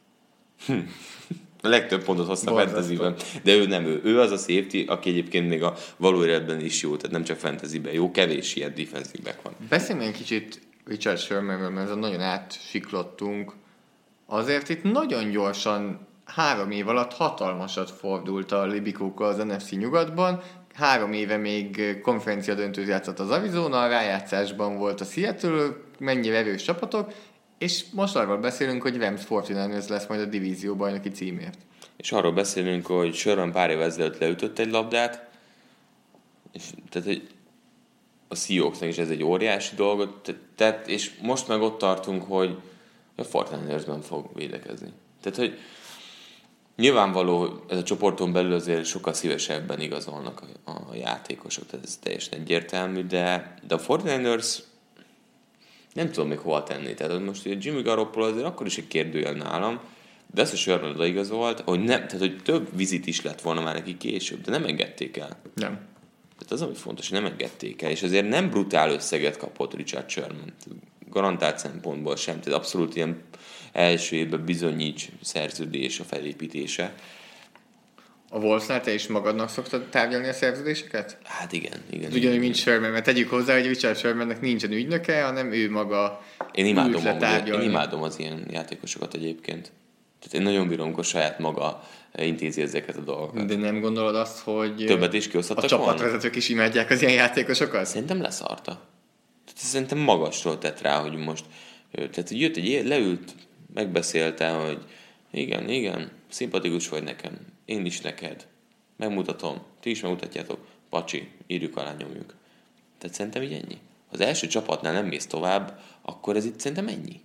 A legtöbb pontot hozta fantasyben. De ő nem ő. Ő az a safety, aki egyébként még a való életben is jó, tehát nem csak fantasyben jó, kevés ilyen defensive back van. Beszéljünk egy kicsit Richard Shermanről, mert nagyon átsiklottunk. Azért itt nagyon gyorsan 3 év alatt hatalmasat fordult a Libikókkal az NFC nyugatban. 3 éve még konferencia döntőt játszott az Arizona, a rájátszásban volt a Seattle, mennyire erős csapatok, és most arról beszélünk, hogy Rams 49ers lesz majd a divízió bajnoki címért. És arról beszélünk, hogy Sherman pár évvel ezelőtt leütött egy labdát, és tehát, hogy a Seahawksnak is ez egy óriási dolgot tett, és most meg ott tartunk, hogy a 49ersben fog védekezni. Tehát, hogy nyilvánvaló, ez a csoporton belül azért sokkal szívesebben igazolnak a játékosok, tehát ez teljesen egyértelmű, de a 49ers nem tudom még hova tenni. Tehát most ugye Jimmy Garoppolo azért akkor is egy kérdőjel nálam, de ezt a Sherman odaigazolt, hogy nem, tehát hogy több vizit is lett volna már neki később, de nem engedték el. Nem. Tehát az, ami fontos, hogy nem engedték el, és azért nem brutál összeget kapott Richard Sherman. Garantált szempontból sem, tehát abszolút ilyen első évben bizonyíts szerződés a felépítése. A Wolfsnál te is magadnak szoktad tárgyalni a szerződéseket? Hát igen. Ugyanúgy, mint Sherman, mert tegyük hozzá, hogy Richard Shermannek nincsen ügynöke, hanem ő maga én imádom az ilyen játékosokat egyébként. Tehát én nagyon bírom, amikor saját maga intézi ezeket a dolgokat. De nem gondolod azt, hogy többet is kiosztottak a csapatvezetők is imádják az ilyen játékosokat? Szerintem leszarta. Tehát szerintem magasról tett rá, hogy most tehát jött leült, megbeszélte, hogy igen, szimpatikus vagy nekem, én is neked, megmutatom, ti is megmutatjátok, pacsi, írjuk alá, nyomjuk. Tehát szerintem így ennyi. Ha az első csapatnál nem mész tovább, akkor ez itt szerintem ennyi.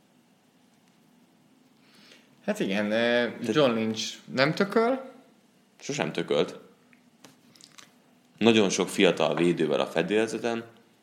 Hát igen, John Lynch nem tököl? Sosem tökölt. Nagyon sok fiatal védővel a fedélzeten.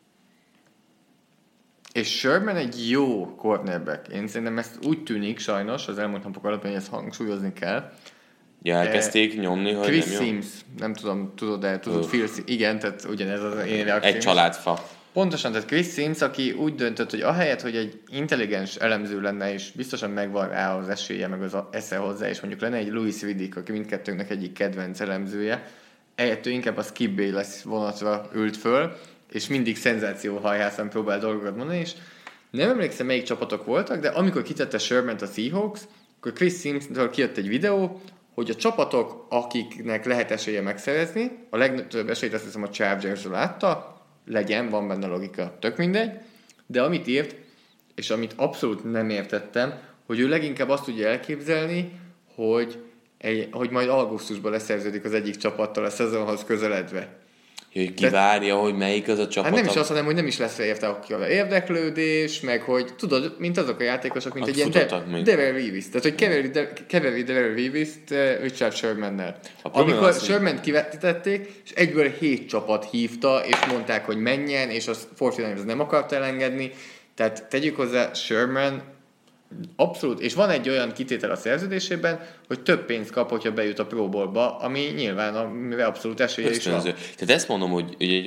És Sherman egy jó cornerback. Én szerintem ezt úgy tűnik sajnos, az elmúlt napok alapján, hogy ezt hangsúlyozni kell. Ja, elkezdték nyomni, hogy Chris nem jó. Sims, nem tudom, tudod Phil Sims, igen, tehát ugyanez az én reakcióm. Egy családfa. Pontosan, tehát Chris Sims, aki úgy döntött, hogy ahelyett, hogy egy intelligens elemző lenne, és biztosan megvan rá az esélye, meg az esze hozzá, és mondjuk lenne egy Louis Riddick, aki mindkettőnknek egyik kedvenc elemzője, ehelyett ő inkább a Skip Bayless vonatra ült föl, és mindig szenzációhajhászan próbál dolgokat mondani, és nem emlékszem, melyik csapatok voltak, de amikor kitette Sherman a Seahawks, akkor Chris Sims-től kijött egy videó, hogy a csapatok, akiknek lehet esélye megszerezni, a legtöbb esélyt azt hiszem a Chargers-ről látta, legyen, van benne logika, tök mindegy, de amit írt, és amit abszolút nem értettem, hogy ő leginkább azt tudja elképzelni, hogy majd augusztusban leszerződik az egyik csapattal a szezonhoz közeledve. Hogy kivárja, hogy melyik az a csapat. Hát nem is azt mondom, hogy nem is lesz érdeklődés, meg hogy tudod, mint azok a játékosok, mint egy ilyen Darrell Reeves. Tehát, hogy keveri Darrell Reeves-t Richard Shermannel. Amikor Sherman kivetítették, és egyből 7 csapat hívta, és mondták, hogy menjen, és az 49ers nem akarta elengedni. Tehát tegyük hozzá, Sherman abszolút, és van egy olyan kitétel a szerződésében, hogy több pénzt kap, hogyha bejut a Pro Bowl-ba, ami nyilván mivel abszolút esélye is van. Tehát ezt mondom, hogy egy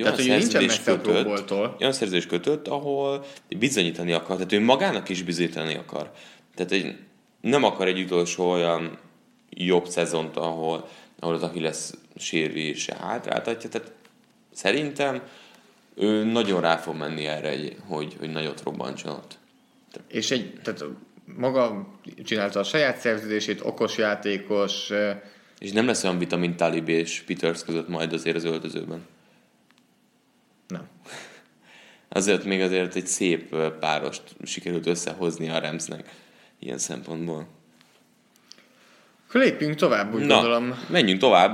olyan szerződés kötött, ahol bizonyítani akar, tehát ő magának is bizonyítani akar. Tehát nem akar egy utolsó olyan jobb szezont, ahol az Achilles sérülése hátráltatja. Tehát szerintem ő nagyon rá fog menni erre, hogy nagyot robbantson ott. És tehát maga csinálta a saját szerződését, okos játékos. És nem lesz olyan vita, mint Talib és Peters között majd azért az öltözőben. Nem. Azért egy szép párost sikerült összehozni a Ramsnek ilyen szempontból. Akkor lépjünk tovább, úgy gondolom. Menjünk tovább.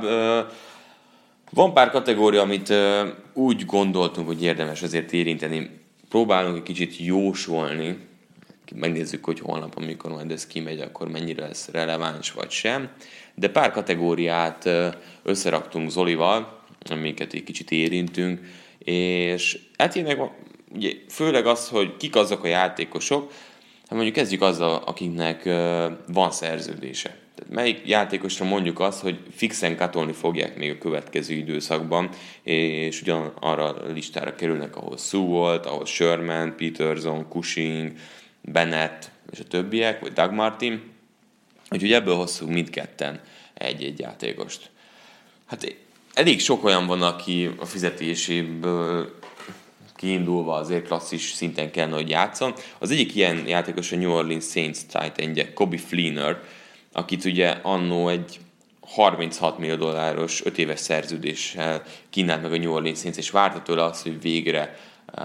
Van pár kategória, amit úgy gondoltunk, hogy érdemes azért érinteni. Próbálunk egy kicsit jósolni. Megnézzük, hogy holnap, amikor majd ez kimegy, akkor mennyire lesz releváns vagy sem. De pár kategóriát összeraktunk Zolival, amiket egy kicsit érintünk, és hát ugye, főleg az, hogy kik azok a játékosok, hát mondjuk kezdjük azzal, akiknek van szerződése. Tehát melyik játékosra mondjuk azt, hogy fixen katolni fogják még a következő időszakban, és ugyan arra a listára kerülnek, ahol Sue volt, ahol Sherman, Peterson, Cushing, Bennett és a többiek, vagy Doug Martin. Úgyhogy ebből hozzuk mindketten egy-egy játékost. Hát elég sok olyan van, aki a fizetéséből kiindulva azért klasszis szinten kellene, hogy játszon. Az egyik ilyen játékos a New Orleans Saints tight endje, Coby Fleener, akit ugye annó egy $36 millió 5 éves szerződéssel kínált meg a New Orleans Saints, és várta tőle azt, hogy végre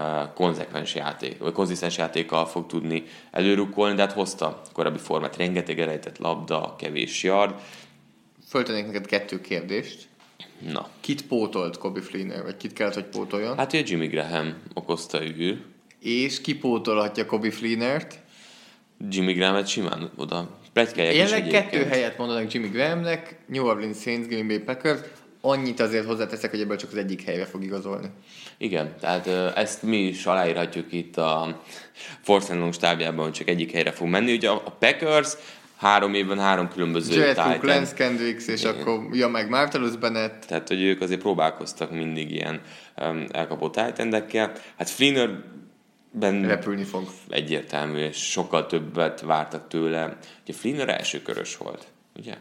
konzisztens játékkal fog tudni előrukkolni, de hát hozta a korábbi formát, rengeteg elejtett labda, kevés yard. Föltennék neked 2 kérdést. Na. Kit pótolt Coby Fleener, vagy kit kellett, hogy pótoljon? Hát ugye Jimmy Graham okozta űr. És ki pótolhatja Coby Fleenert? Jimmy Graham-et simán oda pletykálják is egyébként. 2 helyet mondanak Jimmy Grahamnek, New Orleans Saints, Green Bay Packers. Annyit azért hozzáteszek, hogy ebből csak az egyik helyre fog igazolni. Igen, tehát ezt mi is aláírhatjuk itt a Force and Long stábjában, hogy csak egyik helyre fog menni. Ugye a Packers 3 évben 3 különböző Jared Cook, Lance Kendricks, és igen. Akkor meg Martellus Bennett. Tehát, hogy ők azért próbálkoztak mindig ilyen elkapott tight endekkel. Hát Fleenerben repülni fog. Egyértelmű, és sokkal többet vártak tőle. Ugye Fleener elsőkörös volt, ugye?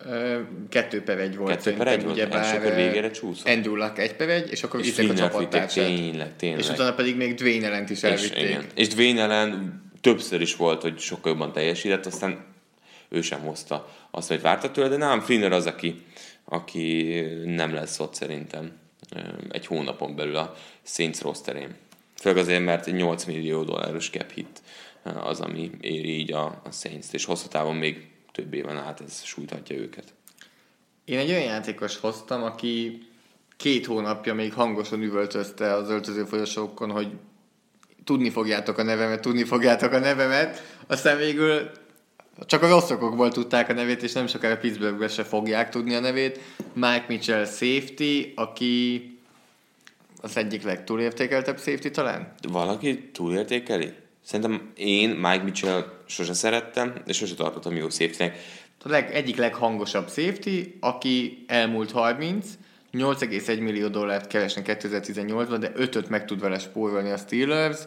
2/1 volt. 2/1 volt, elsőkör végére csúszott. Andrew Luck 1/1, és akkor vitték a csapattársát. Tényleg. És utána pedig még Dwayne Allent is elvitték. És Dwayne Allen többször is volt, hogy sokkal jobban teljesített, aztán ő sem hozta azt, hogy várta tőle, de nálam Fleener az, aki nem lesz ott szerintem egy hónapon belül a Saints rosterén. Főleg azért, mert egy $8 millió cap hit az, ami éri így a Saints-t, és hosszú távon még több éven át ez sújthatja őket. Én egy olyan játékos hoztam, aki 2 hónapja még hangosan üvöltözte az öltöző folyosókon, hogy tudni fogjátok a nevemet, aztán végül csak a rossz okokból tudták a nevét, és nem sokára Pittsburghbe se fogják tudni a nevét. Mike Mitchell safety, aki az egyik legtúlértékeltebb safety talán? Valaki túlértékeli? Szerintem én Mike Mitchell sose szerettem, és sose tartottam jó safety-nek. Egyik leghangosabb safety, aki elmúlt 30, $8,1 millió keresne 2018-ban, de 5-öt meg tud vele spórolni a Steelers.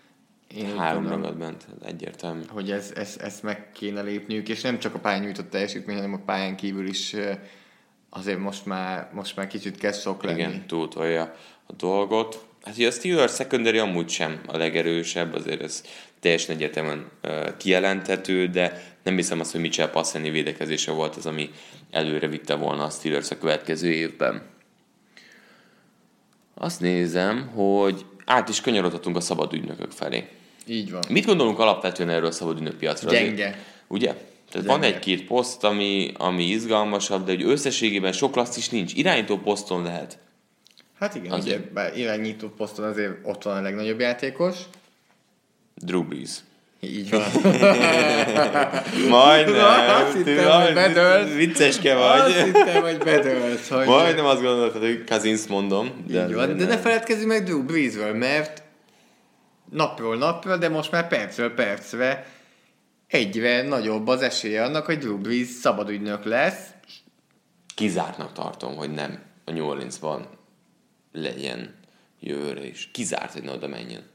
3 ragad bent, egyértelmű. Hogy ezt meg kéne lépniük, és nem csak a pályán nyújtott teljesítmény, hanem a pályán kívül is azért most már kicsit kezd sok lenni. Igen, túltolja a dolgot. Hát ugye a Steelers secondary amúgy sem a legerősebb, azért ez teljesen egyértelműen kijelenthető, de nem hiszem azt, hogy Mitchell passzeni védekezése volt az, ami előre vitte volna a Steelers a következő évben. Azt nézem, hogy át is kanyarodhatunk a szabad ügynökök felé. Így van. Mit gondolunk alapvetően erről a szabad ügynök piacra? Gyenge. Ugye? Tehát van egy-két poszt, ami izgalmasabb, de hogy összességében sok klasszis nincs. Irányító poszton lehet. Hát igen, ugye, bár irányító poszton azért ott van a legnagyobb játékos. Drew Brees. Így van. Majdnem. Azt hittem, hogy bedőlsz. Vicceske vagy. Azt hittem, hogy bedőlsz. Hogy Majdnem azt gondoltad, hogy Cousins mondom. így van. De ne feledkezzünk meg Drew Breesről, mert napról napra, de most már percről percre egyre nagyobb az esélye annak, hogy Drew Brees szabadügynök lesz. Kizártnak tartom, hogy nem a New Orleansban legyen jövőre is. Kizárt, hogy ne oda menjen.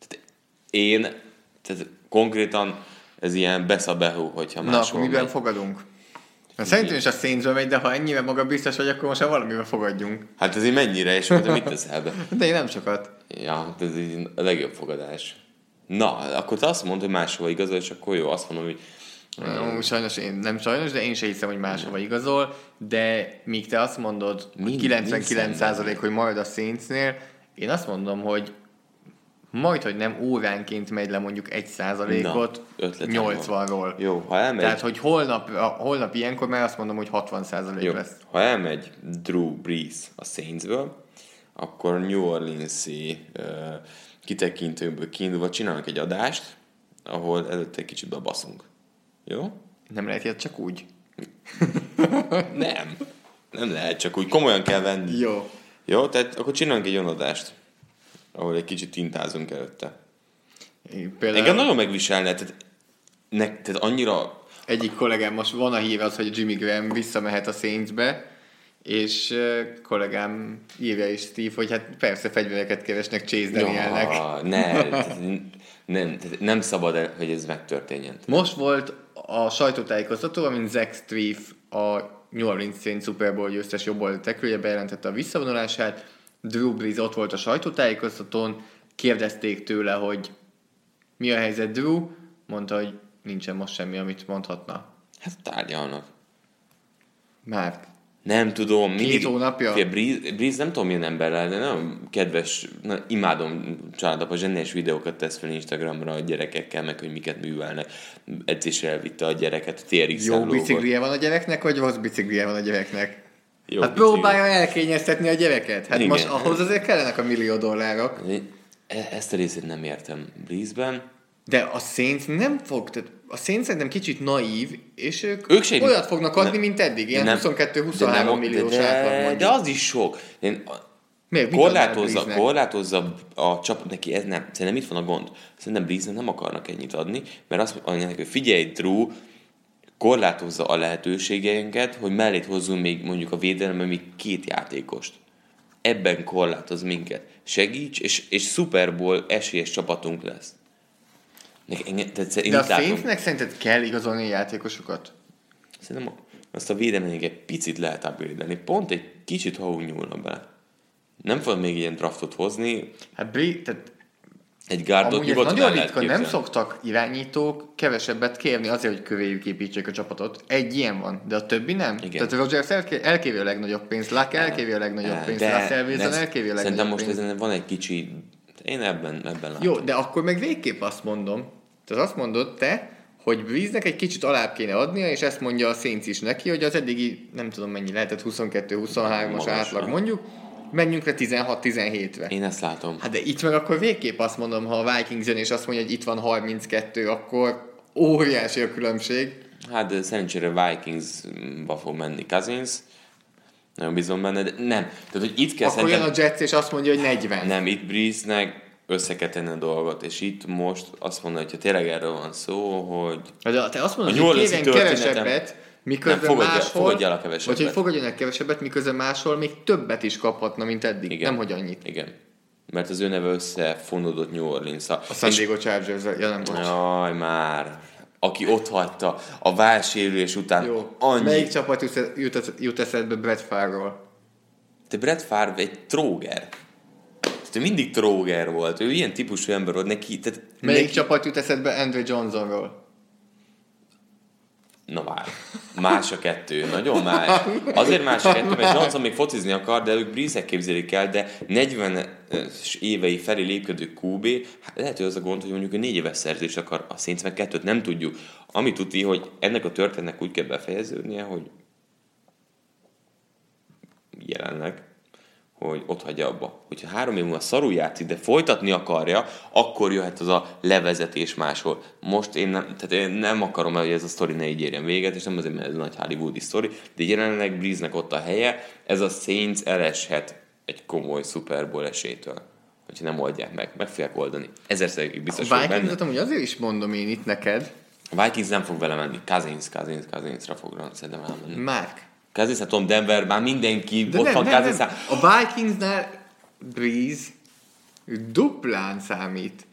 Tehát konkrétan ez ilyen beszabehú, hogyha máshol. Na, akkor miben fogadunk? Szerintem is a Saintsbe megy, de ha ennyire magabiztos vagy, akkor most már valamiben fogadjunk. Hát azért mennyire, és te mit teszel be? De én nem sokat. Ja, ez így a legjobb fogadás. Na, akkor te azt mondod, hogy máshova igazol, és akkor jó, azt mondom, hogy... Sajnos de én sem hiszem, hogy máshova igazol, de míg te azt mondod, hogy 99% hogy majd a Saintsnél, én azt mondom, hogy majd, hogy nem óránként megy le mondjuk 1%-ot 80-ról. Jó, ha elmegy... Tehát, hogy holnap ilyenkor már azt mondom, hogy 60% lesz. Ha elmegy Drew Brees a Saintsből, akkor New Orleans-i kitekintőből kiindulva csinálnak egy adást, ahol előtte egy kicsit bebaszunk. Jó? Nem lehet ilyet csak úgy? Nem lehet csak úgy. Komolyan kell venni. Jó, tehát akkor csinálunk egy olyan adást, ahol egy kicsit tintázunk előtte. Engem nagyon megviselne, tehát annyira... Egyik kollégám, most van a hír az, hogy Jimmy Graham visszamehet a Saintsbe, és kollégám írja is Steve, hogy hát persze fegyvereket keresnek Chase Danielnek. Nem szabad, hogy ez megtörténjen. Most volt a sajtótájékoztató, amint Zach Strief, a New Orleans Saints Super Bowl győztes jobboldali tekülje bejelentette a visszavonulását. Drew Brees ott volt a sajtótájékoztatón, kérdezték tőle, hogy mi a helyzet Drew, mondta, hogy nincsen most semmi, amit mondhatna. Hát tárgyalnak. Már. Nem tudom. 2 hónapja? Brees nem tudom milyen emberrel, de nagyon kedves, imádom családapa, zseniális videókat tesz fel Instagramra a gyerekekkel, meg hogy miket művelnek. Edzésre elvitte a gyereket, TRX-en Jó biciklije van a gyereknek, vagy rossz biciklije van a gyereknek? Jó hát próbálja elkényeztetni a gyereket. Hát igen. Most ahhoz azért kellenek a $1 millió. Ezt a részét nem értem Breesben. De a Saints nem fog, tehát a Saints szerintem kicsit naív, és ők olyat fognak adni, mint eddig, ilyen 22-23 milliós átlag mondjuk. De az is sok. Korlátozza a csapat, neki ez nem. Szerintem itt van a gond. Szerintem Breesnek nem akarnak ennyit adni, mert azt mondják, hogy figyelj, Drew, korlátozza a lehetőségeinket, hogy mellét hozzunk még mondjuk a védelemben még 2 játékost. Ebben korlátoz minket. Segíts, és Super Bowl esélyes csapatunk lesz. De a Saintsnek szerinted kell igazolni a játékosokat? Szerintem azt a védelmének egy picit lehet upgrade-elni. Pont egy kicsit, ha úgy nyúlna bele. Nem fog még ilyen draftot hozni. Hát tehát egy gárdot nyugodtan el lehet képzelni. Nem szoktak irányítók kevesebbet kérni azért, hogy kövéjük építsék a csapatot. Egy ilyen van, de a többi nem. Igen. Tehát Rodgers elkéri a legnagyobb pénzt, Luck elkéri a legnagyobb pénzt, Russell Wilson elkéri a legnagyobb pénzt. Szerintem most ezen van egy kicsi... Én ebben látom. Jó, de akkor meg végképp azt mondom, tehát azt mondod te, hogy Breesnek egy kicsit alább kéne adnia, és ezt mondja a Saints is neki, hogy az eddigi, nem tudom mennyi lehetett, 22-23-as átlag mondjuk, menjünk le 16-17-re. Én ezt látom. Hát de itt meg akkor végképp azt mondom, ha a Vikings jön és azt mondja, hogy itt van 32, akkor óriási a különbség. Hát de szerencsére Vikingsba fog menni Cousins. Nagyon bízom benne, de nem. Tehát, hogy itt kell akkor jön a Jets és azt mondja, hogy 40. Nem, itt Breesnek össze kell tenni a dolgot, és itt most azt mondja, hogyha tényleg erről van szó, hogy... De te azt mondod, hogy kérjen kevesebbet, miközben máshol, vagy hogy fogadjanak kevesebbet, miközben máshol még többet is kaphatna, mint eddig. Igen. Nem, hogy annyit. Igen. Mert az ő neve összefonódott New Orleans-a. A San Diego Chargers, nem bocs. Jaj, már. Aki ott hagyta a válsérülés után. Jó. Annyi... Melyik csapat jut eszedbe Brett Favre-ról? De Brett Favre egy tróger. Ő mindig tróger volt. Ő ilyen típusú ember volt neki. Melyik csapat jut eszedbe Andrew Johnsonról? Na várj. Más a kettő, nagyon más. Azért más a kettő, mert Johnson még focizni akar, de ők Breeze-ek képzelik el, de 40-es évei felé lépkedő QB, hát lehet, hogy az a gond, hogy mondjuk egy 4 éves szerződést akar, a Saints meg 2-t nem tudjuk. Ami tudni, hogy ennek a történetnek úgy kell befejeződnie, hogy jelenleg, hogy ott hagyja abba. Hogyha 3 év múlva szarul játszik, de folytatni akarja, akkor jöhet az a levezetés máshol. Most én nem akarom, hogy ez a sztori ne így érjen véget, és nem azért, mert ez egy nagy hollywoodi sztori, de jelenleg Breeze-nek ott a helye, ez a Saints eleshet egy komoly Super Bowl esélytől, hogyha nem oldják meg fogják oldani. 1000% biztos vagyok benne. A Vikings-et amúgy azért is mondom én itt neked. A Vikings nem fog vele menni. Cousinsra fog szerintem elmenni. Mark. Cousins, hát tudom, Denver, már mindenki, De ott nem, van Cousins. A Vikingsnál Breeze duplán számít.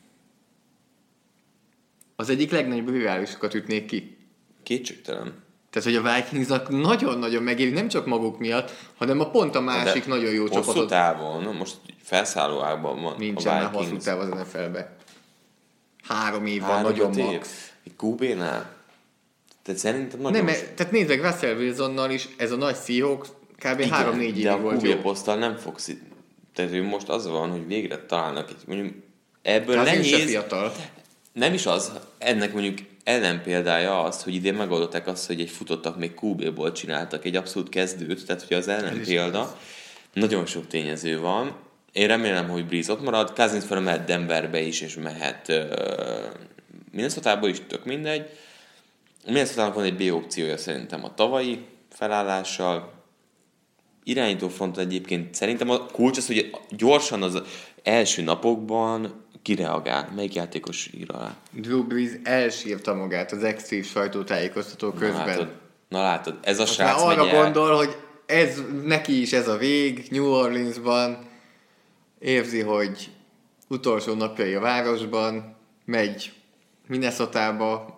Az egyik legnagyobb riválisokat ütnék ki. Kétségtelen. Tehát, hogy a Vikingsnak nagyon-nagyon megéri, nem csak maguk miatt, hanem a pont a másik de nagyon jó csapatot. Hosszú távon, most felszálló ágban van Nincsen a már Vikings. hosszú táv az NFL-be. 3 év van, nagyon max. Egy QB-nál? Tehát szerintem nagyon... Nem, tehát nézd meg, Russell Wilsonnal is ez a nagy Seahawks kb. 3-4 évig volt jó. jó. De a QB poszttal nem fogsz... Tehát hogy most az van, hogy végre találnak egy... Mondjuk ebből Cousins se nehéz... fiatal. Nem is az. Ennek mondjuk ellenpéldája az, hogy idén megoldották azt, hogy egy futottak még QB-ból csináltak egy abszolút kezdőt, tehát hogy az ellenpélda. Nagyon sok tényező van. Én remélem, hogy Breeze ott marad. Cousins fel mehet Denverbe is, és mehet Minnesotába is, tök mindegy. Minnesotának van egy B opciója szerintem a tavalyi felállással. Irányító front egyébként szerintem a kulcs az, hogy gyorsan az első napokban kireagál. Melyik játékos ír alá? Drew Brees elsírta magát az extrém sajtótájékoztató közben. Na látod, ez a most srác már arra megy el. gondol, hogy neki is ez a vég, New Orleansban, érzi, hogy utolsó napjai a városban, megy Minnesotába.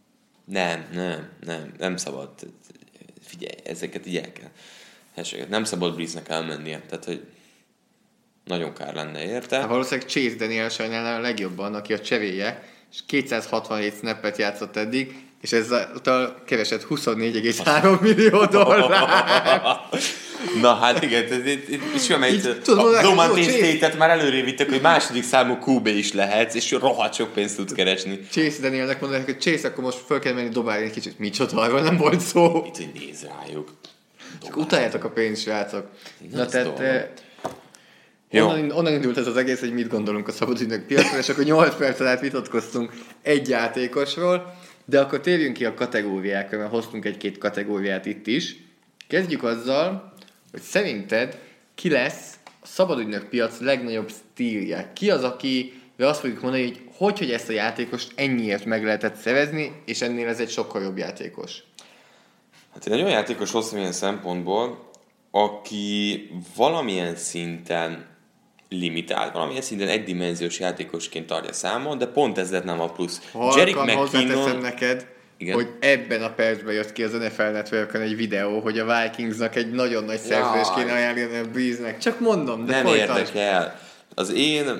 Nem szabad. Figyelj, ezeket így el kell. Hességet. Nem szabad Breeze-nek elmennie, tehát hogy nagyon kár lenne érte. Hát valószínűleg Chase Daniel sajnálná a legjobban, aki a cseréje, és 267 snappet játszott eddig, és ezzel keresett $24,3 millió. Na hát igen, és amelyik a Roman State-et már előrébb vittek, hogy második számú QB is lehetsz, és rohadt sok pénzt tudsz keresni. Chase Danielnek mondják, hogy Chase, akkor most föl kell menni dobálni egy kicsit. Micsoda, arról nem volt szó. Itt, hogy néz rájuk. Csak utáljátok a pénzt, srácok. Na tehát... Jó. Onnan indult ez az egész, hogy mit gondolunk a szabadügynök piacról, és akkor 8 perc alatt vitatkoztunk egy játékosról, de akkor térjünk ki a kategóriákra, mert hoztunk egy-két kategóriát itt is. Kezdjük azzal, hogy szerinted ki lesz a szabadügynök piac legnagyobb stílje? Ki az, akire azt fogjuk mondani, hogy ezt a játékost ennyiért meg lehetett szerezni, és ennél ez egy sokkal jobb játékos? Hát én egy olyan játékos hoztam ilyen szempontból, aki valamilyen szinten limitált, valamilyen szinten egydimenziós játékosként tartja számon, de pont ez lett nem a plusz. Halkan hozzáteszem neked, igen? hogy ebben a percben jött ki az NFL Networkön egy videó, hogy a Vikingsnak egy nagyon nagy szerződést kéne ajánlani a Breeze-nek. Csak mondom, de nem folytasd. érdekel. Az én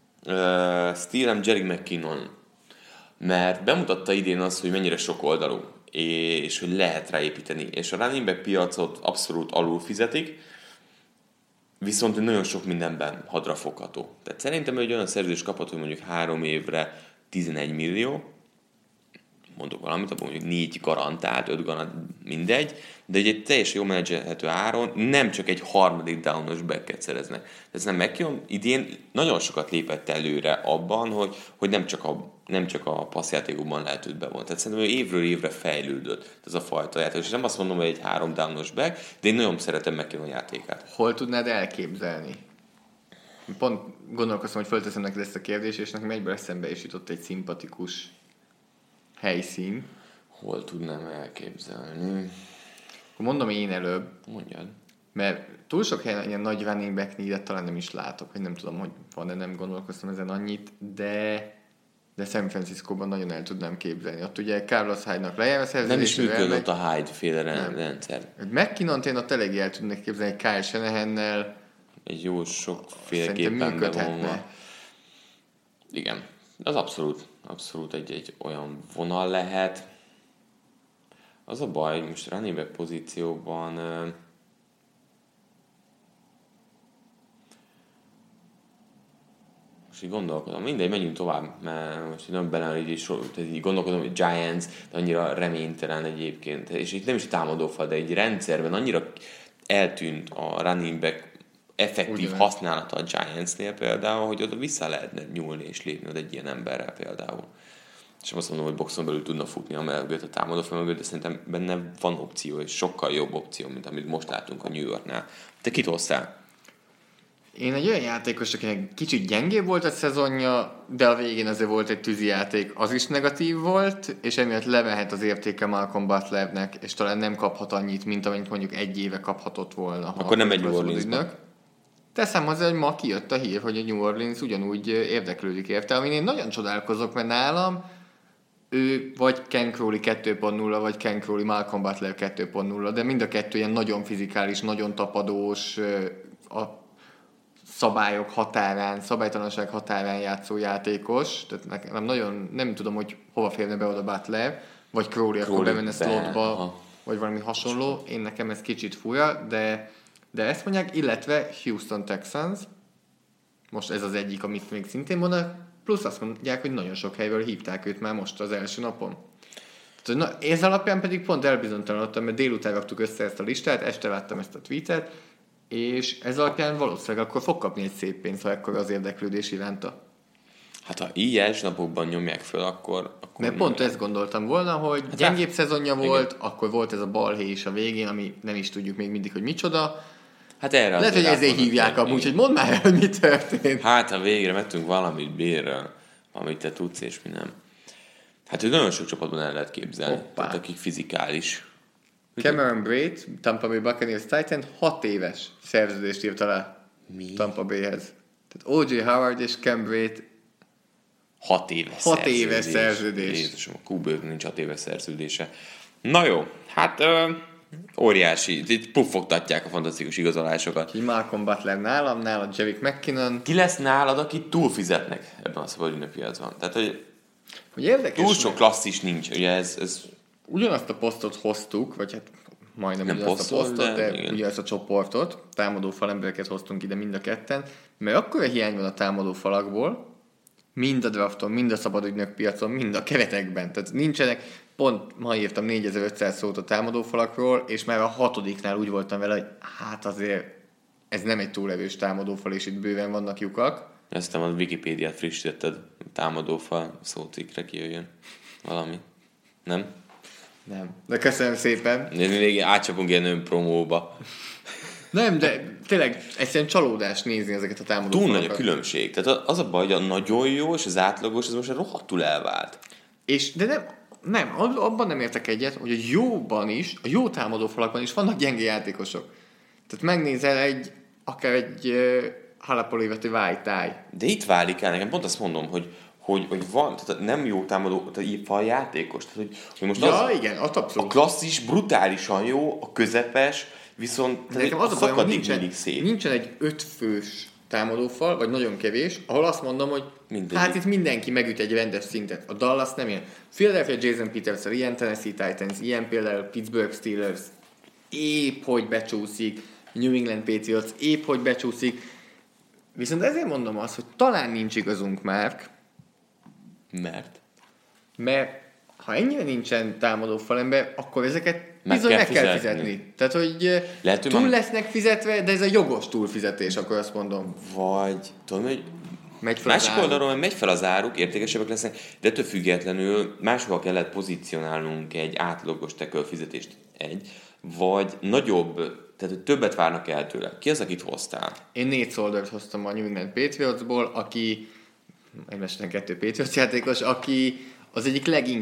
stílem Jerick McKinnon, mert bemutatta idén azt, hogy mennyire sok oldalú, és hogy lehet ráépíteni. És a running back piacot abszolút alul fizetik, viszont nagyon sok mindenben hadrafogható. Tehát szerintem, hogy olyan szerződést kaphat, hogy mondjuk 3 évre 11 millió, mondok valamit, abban mondjuk 4 garantált, 5 garantált, mindegy, de egy teljesen jó menedzselhető áron nem csak egy harmadik downos backet szereznek. Ez nem McKinnon idén nagyon sokat lépett előre abban, hogy nem csak a passzjátékokban lehet őt bevonni. Tehát szerintem, hogy évről évre fejlődött ez a fajta játék. És nem azt mondom, hogy egy 3 downos back, de én nagyon szeretem McKinnon játékát. Hol tudnád elképzelni? Pont gondolkoztam, hogy fölteszem neked ezt a kérdést, és nekem egyből eszembe is jutott egy szimpatikus helyszín. Hol tudnám elképzelni? Mondom én előbb. Mondjad. Mert túl sok helyen ilyen nagy running back needet talán nem is látok, hogy nem tudom, hogy van-e, nem gondolkoztam ezen annyit, de San Franciscóban nagyon el tudnám képzelni. Ott ugye Carlos Hyde-nak lejár a szerződés. Nem is működött a Hyde-féle rendszer. McKinnont én ott eléggé el tudnék képzelni Kyle Shanahannel. Egy jó sokféleképpen bevonva. Igen, az abszolút egy olyan vonal lehet. Az a baj, most running back pozícióban most így gondolkodom, mindegy, menjünk tovább, mert most nem benne így gondolkodom, hogy Giants, de annyira reménytelen egyébként, és itt nem is támadófal, de egy rendszerben annyira eltűnt a running back effektív használata a Giantsnél például, hogy oda vissza lehetne nyúlni és lépni egy ilyen emberrel például. És azt mondom, hogy boxon belül tudna futni a mögött, a támadófal mögött, de szerintem benne van opció, és sokkal jobb opció, mint amit most látunk a New Yorknál. Te kit hoztál? Én egy olyan játékos, akinek kicsit gyengébb volt a szezonja, de a végén azért volt egy tűzijáték, az is negatív volt, és emiatt lemehet az értéke Malcolm Butlernek, és talán nem kaphat annyit, mint amennyit mondjuk egy éve kaphatott volna. Akkor nem egy New Orleansban. Teszem hozzá, hogy ma kijött a hír, hogy a New Orleans ugyanúgy érdeklődik érte, amin én nagyon csodálkozok, mert nálam ő vagy Ken Crowley 2.0, vagy Ken Crowley Malcolm Butler 2.0, de mind a kettő ilyen nagyon fizikális, nagyon tapadós, a szabályok határán, szabálytalanság határán játszó játékos, tehát nekem nagyon nem tudom, hogy hova férne be oda Butler, vagy Crowley akkor bemenne slotba, vagy valami hasonló. Én nekem ez kicsit fura, de ezt mondják, illetve Houston Texans, most ez az egyik, amit még szintén mondanak, plusz azt mondják, hogy nagyon sok helyből hívták őt már most az első napon. Tehát, ez alapján pedig pont elbizonytalanodtam, mert délután raktuk össze ezt a listát, este láttam ezt a tweetet, és ez alapján valószínűleg akkor fog kapni egy szép pénzt, ha ekkor az érdeklődés iránta. Hát ha így első napokban nyomják föl, akkor mert pont ezt gondoltam volna, hogy gyengébb szezonja volt, akkor volt ez a balhé is a végén, ami nem is tudjuk még mindig, hogy micsoda. Hát erre lehet, hogy ezért hívják amúgy, hogy mondd már el, hogy mi történt. Hát, ha végre vettünk valamit bérről, amit te tudsz, és mi nem. Hát, hogy nagyon sok csapatban el lehet képzelni. Tehát akik fizikális. Cameron Brate, Tampa Bay Buccaneers Titan 6 éves szerződést írt alá Tampa Bayhez. Tehát O.J. Howard és Cam Brate 6 éves szerződés. Jézusom, a Kubők nincs 6 éves szerződése. Na jó, hát óriási. Itt puffogtatják a fantasztikus igazolásokat. Ki Malcolm Butler nálam, nálad Jerick McKinnon. Ki lesz nálad, akit túlfizetnek ebben a szabad piacban? Tehát, hogy érdekes, túl sok klasszis nincs. Ugye ez... Ugyanazt a posztot hoztuk, vagy hát majdnem ugyanazt a posztot, de ugyanazt a csoportot, támadó falembereket hoztunk ide mind a ketten, mert akkora hiány van a támadó falakból, mind a drafton, mind a szabadügynök piacon, mind a keretekben. Tehát nincsenek, pont ma írtam 4500 szót a támadó falakról, és már a 6-nál úgy voltam vele, hogy hát azért ez nem egy túl erős támadófal, és itt bőven vannak lyukak. Aztán a Wikipédiát frissítetted, támadófal szócikkre kijöjjön valami. Nem? Nem. De köszönöm szépen. Még átcsapunk ilyen önpromóba. Nem, de tényleg egyszerűen csalódás nézni ezeket a támadó túl nagy a különbség. Tehát az a baj, hogy a nagyon jó és az átlagos, ez most rohadtul elvált. És, de nem, abban nem értek egyet, hogy a jóban is, a jó támadó falakban is vannak gyenge játékosok. Tehát megnézel akár egy Halapoli-vető Vájtáj. De itt válik el, nekem pont azt mondom, hogy van, tehát nem jó támadó, tehát így faljátékos. Tehát, hogy most igen, abszolút. A klasszis brutálisan jó, a közepes, viszont nekem az a bajom, hogy nincsen egy 5 fős támadófal, vagy nagyon kevés, ahol azt mondom, hogy hát itt mindenki megüt egy rendes szintet. A Dallas nem ilyen. Philadelphia Jason Peters-el ilyen, Tennessee Titans, ilyen például Pittsburgh Steelers épp hogy becsúszik, New England Patriots épp hogy becsúszik. Viszont ezért mondom azt, hogy talán nincs igazunk, Márk. Mert ha ennyire nincsen támadó falember, akkor ezeket bizony meg kell fizetni. Tehát, hogy túl lesznek fizetve, de ez a jogos túlfizetés, akkor azt mondom. Vagy, tudom, hogy másik oldalról megy fel az áruk, értékesebbek lesznek, de ettől függetlenül máshol kellett pozícionálnunk egy átlagos tackle fizetést vagy nagyobb, tehát hogy többet várnak el tőle. Ki az, akit hoztál? Én Nate Soldert hoztam a New England Patriotsból, aki egymásnak 2 Patriots játékos, aki az egyik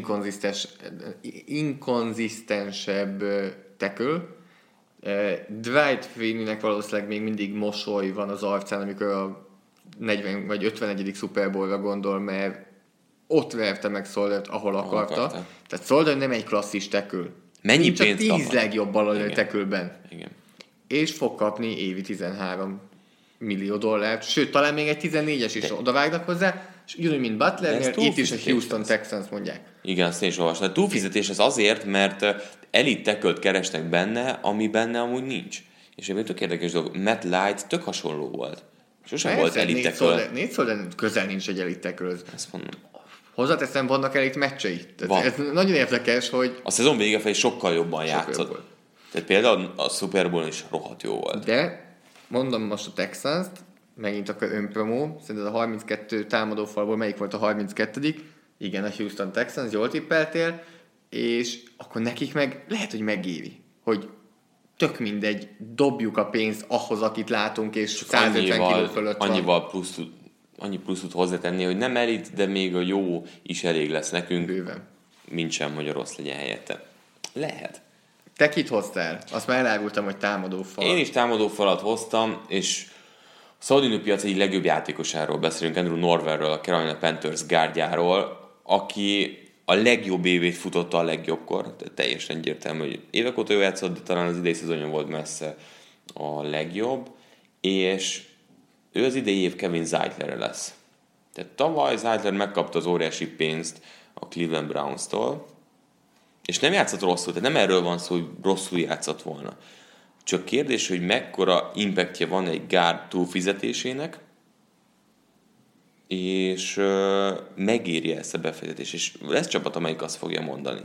leginkonzisztensebb tackle. Dwight Freeneynek valószínűleg még mindig mosoly van az arcán, amikor a 40 vagy 51. Super Bowl-ra gondol, mert ott verte meg Soldert, ahol akarta. Tehát Solder nem egy klasszis tackle. Mennyi csak pénzt 10 legjobb baloldali tackle-ben. Igen. És fog kapni évi $13 millió, sőt, talán még egy 14-es is odavágnak hozzá, és ugyanúgy, mint Butlernél, itt is a Houston Texans mondják. Igen, azt én is olvastam. A túlfizetés az azért, mert elite tackle-t keresnek benne, ami benne amúgy nincs. És ebben tök érdekes dolog. Matt Light tök hasonló volt. Sosem volt elite tackle. Nate Solder közel nincs egy elite tackle-höz. Ezt mondom. Hozzáteszem, vannak elit meccsei. Ez nagyon érdekes, hogy... A szezon vége felé sokkal jobban játszott. Jobb. Tehát például a Super Bowl is rohadt jó volt. De mondom most a Texans-t, megint akkor önpromó, szerinted a 32 támadófalból melyik volt a 32. Igen, a Houston Texans, jól tippeltél, és akkor nekik meg lehet, hogy megéri, hogy tök mindegy, dobjuk a pénzt ahhoz, akit látunk, és 150 kiló fölött van. Annyi plusz tud hozzátenni, hogy nem elit, de még a jó is elég lesz nekünk. Bőven. Mint sem, hogy a rossz legyen helyette. Lehet. Te kit hoztál? Azt már elárultam, hogy támadófal. Én is támadófalat hoztam, és a szaudi piac egyik legjobb játékosáról beszélünk, Andrew Norwellről, a Carolina Panthers gárdjáról, aki a legjobb évét futotta a legjobbkor, tehát teljesen egyértelmű, hogy évek óta jó játszott, de talán az idei szezonja volt messze a legjobb, és ő az idei év Kevin Zeitlerre lesz. Tehát tavaly Zeitler megkapta az óriási pénzt a Cleveland Browns-tól, és nem játszott rosszul, tehát nem erről van szó, hogy rosszul játszott volna. Csak kérdés, hogy mekkora impactja van egy guard túlfizetésének, és megéri ezt a befektetés, és lesz csapat, amelyik azt fogja mondani.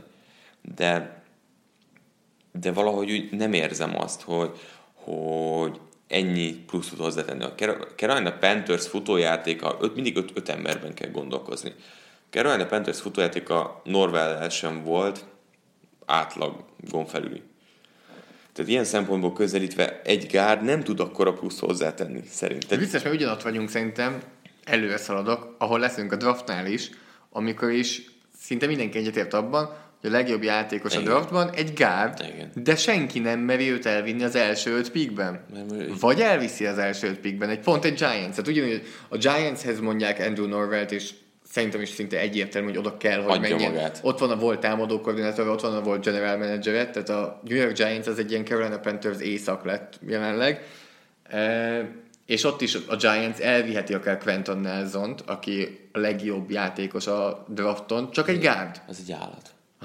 De valahogy úgy nem érzem azt, hogy ennyi plusz tud hozzátenni. A Carolina Panthers futójátéka, mindig öt emberben kell gondolkozni. A Carolina Panthers futójátéka Norwell sem volt átlagon felüli. Tehát ilyen szempontból közelítve egy gárd nem tud akkora plusz hozzátenni, szerintem. Biztos, mert ugyanott vagyunk szerintem, előre szaladok, ahol leszünk a draftnál is, amikor is szinte mindenki egyetért abban, hogy a legjobb játékos a draftban egy gárd, de senki nem meri őt elvinni az első 5 pickben. Vagy elviszi az első 5 pickben, pont egy Giants. Tehát ugyanúgy a Giantshez mondják Andrew Norwellt, és szerintem is szinte egyértelmű, hogy oda kell, hogy menjen. Magát. Ott van a volt támadó koordinátor, ott van a volt general manager, tehát a New York Giants az egy ilyen Carolina Panthers észak lett jelenleg. És ott is a Giants elviheti akár Quentin Nelsont, aki a legjobb játékos a drafton, csak egy gárd. Ez egy állat.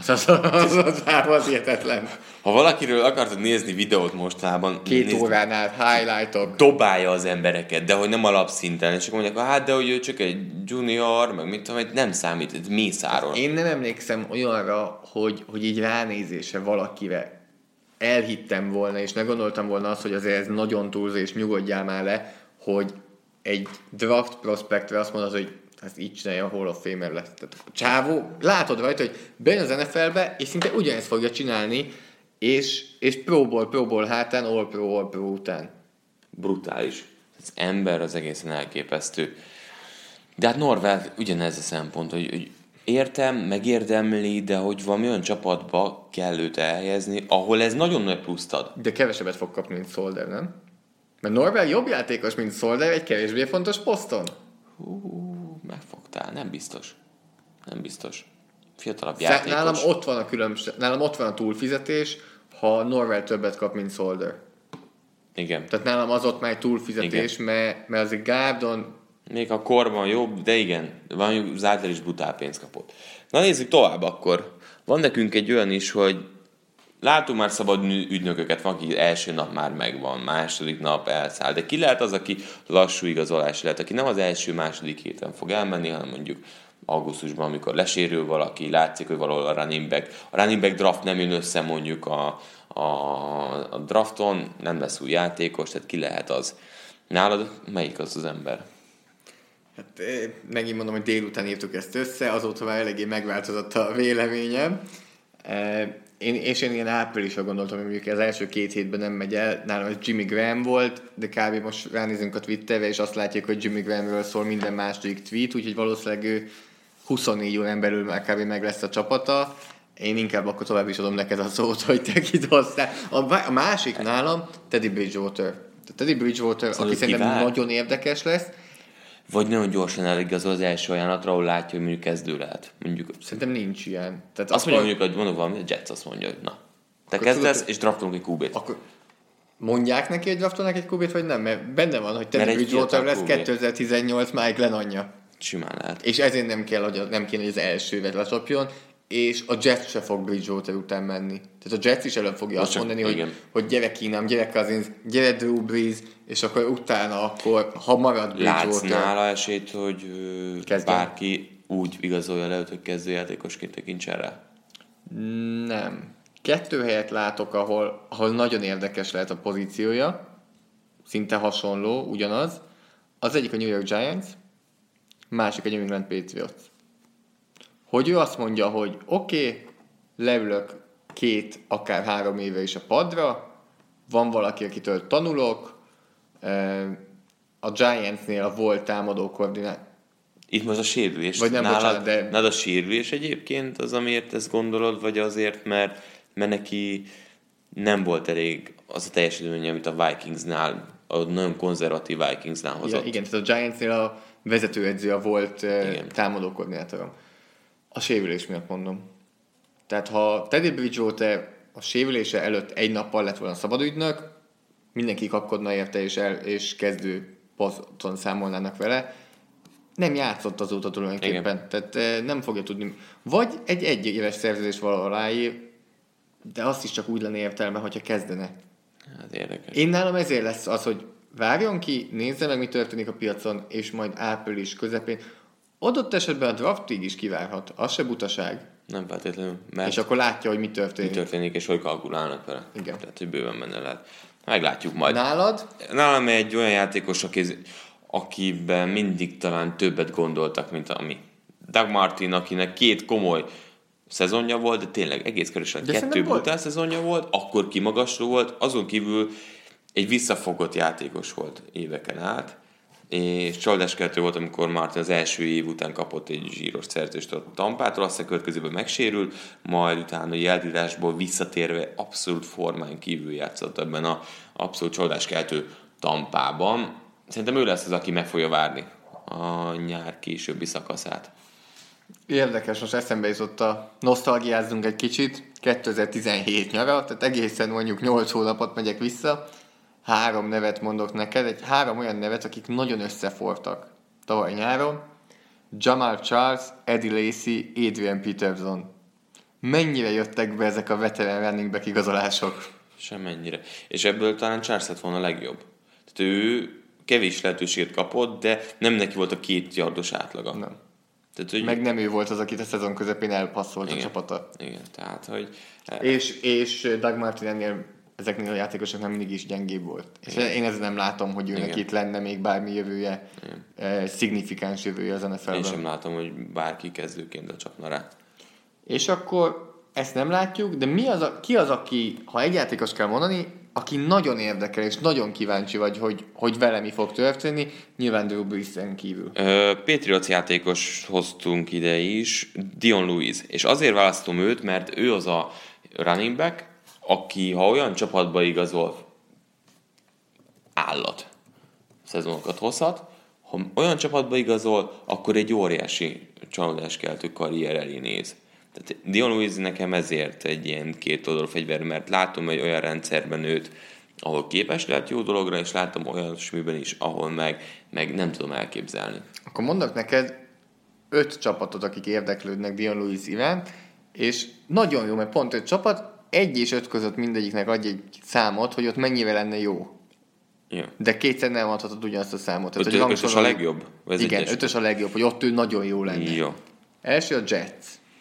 Az hihetetlen. Ha valakiről akartad nézni videót mostában... 2 óránál, highlightok. Dobálja az embereket, de hogy nem alapszinten. És akkor mondják, hát de hogy ő csak egy junior, meg mit tudom, nem számít, ez mészáról. Én nem emlékszem olyanra, hogy így ránézése valakire elhittem volna, és ne gondoltam volna azt, hogy azért ez nagyon túlzó, és nyugodjál már le, hogy egy draft prospektre azt mondod, hogy ez így csinálja, a Hall of Famer lesz. Tehát a csávó, látod rajta, hogy bejön az NFL-be, és szinte ugyanezt fogja csinálni, és Pro Bowl hátán, All Pro után. Brutális. Az ember az egészen elképesztő. De hát Norwell ugyanez a szempont, hogy értem, megérdemli, de hogy valami olyan csapatba kell őt elhelyezni, ahol ez nagyon nagy pluszt ad. De kevesebbet fog kapni, mint Solder, nem? Mert Norwell jobb játékos, mint Solder, egy kevésbé fontos poszton. Megfogtál, nem biztos. Fiatalabb játékos. Nálam ott van a különbség, nálam ott van a túlfizetés, ha Norwell többet kap, mint Solder. Igen. Tehát nálam az ott már egy túlfizetés, mert az egy gárdon... Még a korban jobb, de igen, mondjuk Zeitler is brutál pénzt kapott. Na nézzük tovább akkor. Van nekünk egy olyan is, hogy látunk már szabad ügynököket, van, aki első nap már megvan, második nap elszáll, de ki lehet az, aki lassú igazolás lehet, aki nem az első-második héten fog elmenni, hanem mondjuk augusztusban, amikor lesérül valaki, látszik, hogy valahol a running back draft nem jön össze mondjuk a drafton, nem lesz új játékos, tehát ki lehet az. Nálad melyik az ember? Hát megint mondom, hogy délután írtuk ezt össze, azóta már eléggé megváltozott a véleményem. Én ilyen áprilisra gondoltam, hogy mondjuk az első 2 hétben nem megy el, nálam ez Jimmy Graham volt, de kb. Most ránézünk a Twitterre, és azt látjuk, hogy Jimmy Grahamről szól minden második tweet, úgyhogy valószínűleg ő 24 órán belül már kb. Meg lesz a csapata. Én inkább akkor tovább is adom neked a szót, hogy te kit hoztál. A másik nálam Teddy Bridgewater. Teddy Bridgewater, aki szerintem nagyon érdekes lesz. Vagy nagyon gyorsan eligazol az első ajánlatra, ahol látja, hogy mondjuk kezdő lehet. Mondjuk, szerintem nincs ilyen. Tehát azt mondja, hogy mondjuk valami, a Jets azt mondja, hogy na, te kezdesz, és draftolunk egy QB-t. Akkor mondják neki, hogy draftolnak egy QB-t, vagy nem? Mert benne van, hogy Teddy Bridgewater lesz 2018 Mike Glenn anyja. Simán lehet. És ezért nem kéne, hogy az elsővel lecsapjon. és a Jets se fog Bridgewater után menni. Tehát a Jets is előbb fogja azt mondani, hogy gyere Keenum, gyere Cousins, gyere Drew Brees, és akkor utána akkor, ha marad Bridgewater... Látsz nála esélyt, hogy bárki úgy igazolja le, hogy kezdőjátékosként tekintsen rá? Nem. 2 helyet látok, ahol nagyon érdekes lehet a pozíciója, szinte hasonló, ugyanaz. Az egyik a New York Giants, másik a New England Patriots. Hogy ő azt mondja, hogy oké, leülök 2, akár 3 éve is a padra, van valaki, akitől tanulok, a Giantsnél volt támadó koordinátor. Itt most a sérülés. Vagy nem, bocsánat, de... Nálad a sérülés egyébként az, amiért ezt gondolod, vagy azért, mert neki nem volt elég az a teljesítmény, amit a Vikingsnál, a nagyon konzervatív Vikingsnál hozott. Ja, igen, tehát a Giantsnél a vezetőedzője volt támadó koordinátorom. A sérülés miatt mondom. Tehát ha Teddy Bridgewater a sérülése előtt 1 nappal lett volna szabadügynök, mindenki kapkodna érte, és kezdő poszton számolnának vele. Nem játszott azóta tulajdonképpen. Igen. Tehát nem fogja tudni. Vagy egy 1 éves szerződés valahol ráír, de azt is csak úgy lenne értelme, hogyha kezdene. Hát érdekes. Én nálam ezért lesz az, hogy várjon ki, nézze meg, mi történik a piacon, és majd április közepén. Adott esetben a draftig is kivárhat. Az se butaság. Nem feltétlenül. Mert és akkor látja, hogy mi történik. Mi történik, és hogy kalkulálnak vele. Igen. Tehát, hogy bőven benne lehet. Meglátjuk majd. Nálad? Nálam egy olyan játékos, akiben mindig talán többet gondoltak, mint ami. Doug Martin, akinek 2 komoly szezonja volt, de tényleg egész körösen 2 brutál szezonja volt, akkor kimagasló volt, azon kívül egy visszafogott játékos volt éveken át, és csalódáskeltő volt, amikor Martin az első év után kapott egy zsíros szerződést a Tampától, aztán következőben megsérült, majd utána a eltírásból visszatérve abszolút formán kívül játszott ebben a abszolút csalódáskeltő Tampában. Szerintem ő lesz az, aki meg fogja várni a nyár későbbi szakaszát. Érdekes, most eszembe jutott nosztalgiázzunk egy kicsit, 2017 nyara, tehát egészen mondjuk 8 hónapot megyek vissza, 3 nevet mondok neked, 3 olyan nevet, akik nagyon összefortak tavaly nyáron. Jamal Charles, Eddie Lacy, Adrian Peterson. Mennyire jöttek be ezek a veterán running back igazolások? Semmennyire. És ebből talán Charles lett volna a legjobb. Tehát ő kevés lehetőséget kapott, de nem neki volt a 2 yardos átlaga. Nem. Tehát, hogy... Meg nem ő volt az, akit a szezon közepén elpasszolt a csapata. Igen, tehát, hogy... És Doug Martin ennél ezeknél a játékosoknál mindig is gyengébb volt. Igen. És én ezzel nem látom, hogy őnek itt lenne még bármi jövője, szignifikáns jövője az NFL-ben. Én sem látom, hogy bárki kezdőként csapna rá. És akkor ezt nem látjuk, de ki az, aki, ha egy játékos kell mondani, aki nagyon érdekel, és nagyon kíváncsi vagy, hogy vele mi fog történni, nyilván Drew Brees-en kívül. Patriots játékos hoztunk ide is, Dion Lewis, és azért választom őt, mert ő az a running back, aki, ha olyan csapatba igazol, állat szezonokat hozhat, ha olyan csapatba igazol, akkor egy óriási csalódáskeltő karrier elé néz. Tehát Dion Lewis nekem ezért egy ilyen 2 oldalú fegyver, mert látom, hogy olyan rendszerben őt, ahol képes lehet jó dologra, és látom olyasmiben is, ahol meg nem tudom elképzelni. Akkor mondok neked 5 csapatot, akik érdeklődnek Dion Lewis iránt, és nagyon jó, mert pont 5 csapat, 1 és 5 között mindegyiknek adj egy számot, hogy ott mennyire lenne jó. Ja. De kétszer nem adhatod ugyanazt a számot. Tehát, 5-ös a legjobb? Igen, 5-ös a legjobb, hogy ott ő nagyon jó lenne. Jó. Első a Jets.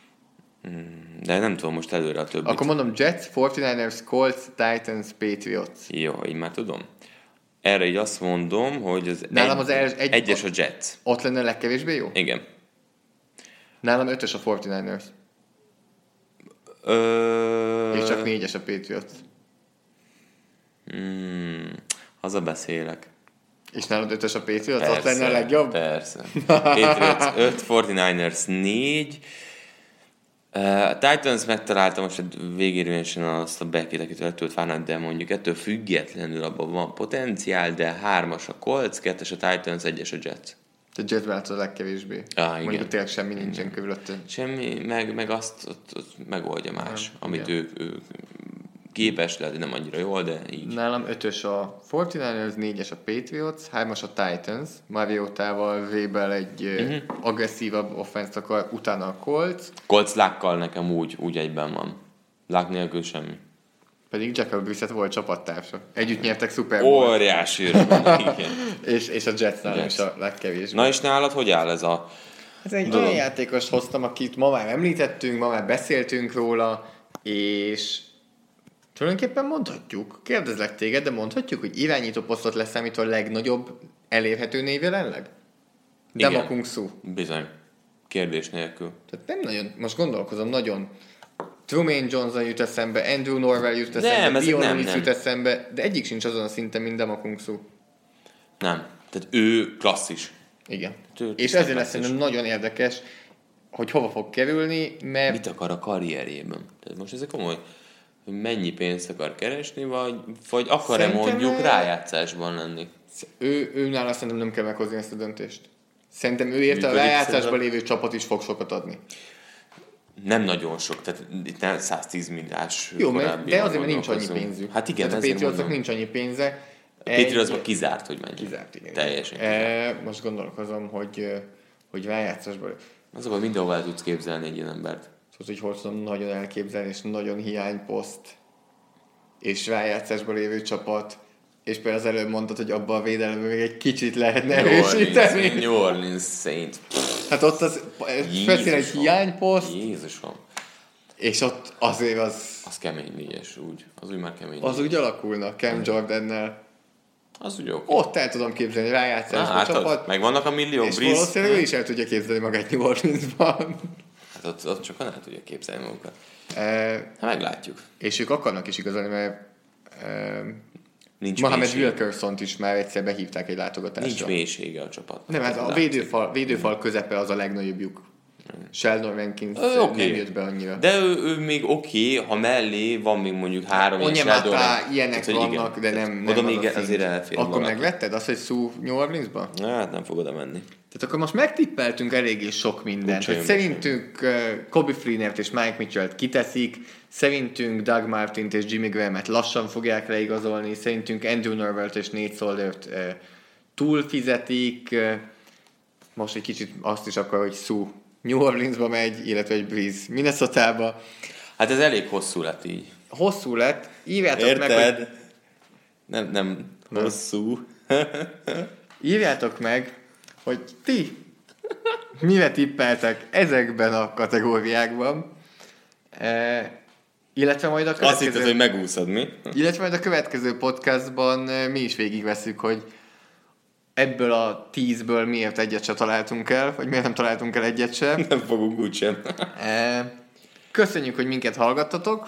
De nem tudom most előre a többit. Akkor mondom Jets, 49ers, Colts, Titans, Patriots. Jó, így már tudom. Erre így azt mondom, hogy az nálam az egyes a Jets. Ott lenne a legkevésbé jó? Igen. Nálam 5-ös a 49ers. És csak 4-es a Patriots. Hazabeszélek. És nálad 5-ös a Patriots? Persze, ott lenne a legjobb? Persze. Patriots 5, 49ers 4. Titans megtalálta most végérvényesen azt a backét, akit el tudott várni, de mondjuk ettől függetlenül abban van potenciál, de 3-as a Colts, 2-es a Titans, 1-es a Jets. A Jets látod a legkevésbé. Mondjuk tényleg semmi nincsen körülötte. Semmi, meg azt ott megoldja más, amit ők képes, lehet, nem annyira jól, de így. Nálam 5-ös a 49ers, 4-es a Patriots, 3-as a Titans, Mariotával Vrabel egy agresszívabb offense akar, utána a Colts. Colts Luckkal nekem úgy egyben van. Luck nélkül semmi. Pedig Jacob Brissett volt csapattársa. Együtt nyertek Super Bowl. Óriási öröm, igen. és a Jetsnál is a legkevésbé. Na és nálad hogy áll ez a Ez egy dolog? olyan játékost hoztam, akit ma már említettünk, ma már beszéltünk róla, és tulajdonképpen mondhatjuk, kérdezlek téged, de mondhatjuk, hogy irányító posztot leszámítva a legnagyobb elérhető név jelenleg? Igen. Dama Kung Su. Bizony. Kérdés nélkül. Tehát nem nagyon, most gondolkozom, nagyon Truman Johnson jut eszembe, Andrew Norwell jut eszembe, ezek Dion nem. Lewis jut eszembe, de egyik sincs azon a szinten, mint Dama Kung Su. Nem. Tehát ő klasszis. Igen. Ő És tiszta ezért lesz klasszis. szerintem nagyon érdekes, hogy hova fog kerülni, mert Mit akar a karrierjében? Tehát most ez komoly, hogy mennyi pénzt akar keresni, vagy akar-e Szerintem mondjuk rájátszásban lenni? ő nála szerintem nem kell meghozni ezt a döntést. Szerintem ő érte a Működik rájátszásban szerintem. lévő csapat is fog sokat adni. Nem nagyon sok, tehát itt nem 110 milliás Jó, korábbi de azért, mert nincs annyi gondolkozunk. pénzük. Hát igen, tehát a ezért Patriotsnak mondom. nincs annyi pénze. A Patriotsban kizárt, hogy menjen. Kizárt, igen. Teljesen. Most gondolkozom, hogy rájátszásban. Az, hogy mindenhol el tudsz képzelni egy ilyen embert. Szóval, hogy hol tudom nagyon elképzelni, és nagyon hiányposzt, és rájátszásban lévő csapat, és például az előbb mondtad, hogy abban a védelemben még egy kicsit lehetne erősíteni. New Orleans Saint. Hát ott az speciál egy hiányposzt, Jézusom. és ott azért Az kemény négyes, úgy. Az úgy már kemény. az úgy alakulna Cam Jordannel. Az úgy oké. Ott el tudom képzelni rájátszásban Hát csapat, ott megvannak a millió és Breeze. valószínűleg ő is el tudja képzelni magát New Orleansban. Hát ott sokan el tudja képzelni magukat. E, Hát meglátjuk. és ők akarnak is igazolni, mert Nincs Mohamed mélysége. Wilkersont is már egyszer behívták egy látogatásra. Nincs mélysége a csapat. Nem, hát a védőfal közepe az a legnagyobb lyuk. Sheldon Rankins Oké. nem jött be annyira. De ő még oké, ha mellé van még mondjuk 3 és Onyemata, ilyenek Tehát, hogy vannak, de nem oda az még a szint. azért elfér Akkor valaki. megvetted azt, hogy Sue New Orleansba? Hát nem fog oda menni. Tehát akkor most megtippeltünk eléggé sok mindent. Úgyse Hát jön szerintünk Kobe Fleenert és Mike Mitchell-t kiteszik, szerintünk Doug Martint és Jimmy Graham-et lassan fogják leigazolni, szerintünk Andrew Norwell-t és Nate Soldier-t túlfizetik, most egy kicsit azt is akar, hogy Sue New Orleansba megy, illetve egy Breeze Minnesotába. Hát ez elég hosszú lett így. Hosszú lett, írjátok meg, hogy Érted? Nem hosszú. írjátok meg, hogy ti mire tippeltek ezekben a kategóriákban, illetve majd a Azt következő, hitted, hogy megúszod, mi? illetve majd a következő podcastban mi is végigveszünk, hogy ebből a 10-ből miért egyet sem találtunk el, vagy miért nem találtunk el egyet sem. Nem fogunk úgysem. Köszönjük, hogy minket hallgattatok.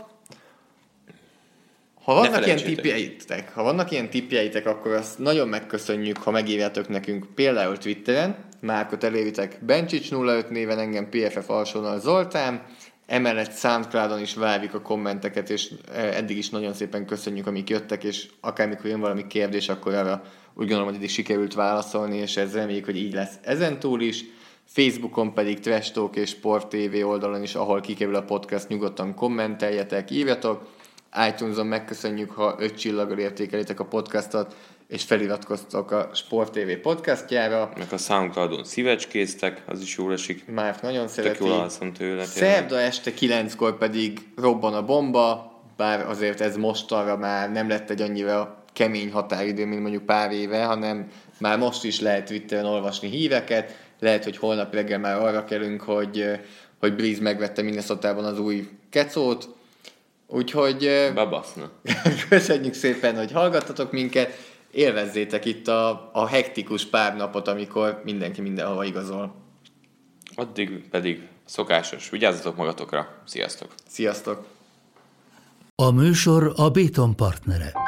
Ha vannak ilyen felejtsétek. tippjeitek, akkor azt nagyon megköszönjük, ha megírjátok nekünk például Twitteren. Márkot elérjétek Bencsics 05 néven, engem PFF alsónal Zoltán. Emellett SoundCloudon is várjuk a kommenteket, és eddig is nagyon szépen köszönjük, amik jöttek, és akármikor jön valami kérdés, akkor arra úgy gondolom, hogy eddig sikerült válaszolni, és ez reméljük, hogy így lesz ezentúl is. Facebookon pedig Trash Talk és Sport TV oldalon is, ahol kikerül a podcast, nyugodtan kommenteljetek, írjatok. iTunes-on megköszönjük, ha 5 csillaggal értékelitek a podcastot, és feliratkoztok a Sport TV podcastjára. Meg a SoundCloudon szívecskéztek, az is jól esik. Márk nagyon Tök szereti. jól alszom tőle. Szerda este 9-kor pedig robban a bomba, bár azért ez mostanra már nem lett egy annyira kemény határidő, mint mondjuk pár éve, hanem már most is lehet Twitteren olvasni híreket, lehet, hogy holnap reggel már arra kerülünk, hogy Breeze megvette Minnesotában az új kecót, úgyhogy Babaszna. köszönjük szépen, hogy hallgattatok minket, élvezzétek itt a hektikus pár napot, amikor mindenki mindenhova igazol. Addig pedig szokásos. Vigyázzatok magatokra. Sziasztok! Sziasztok! A műsor a Béton partnere.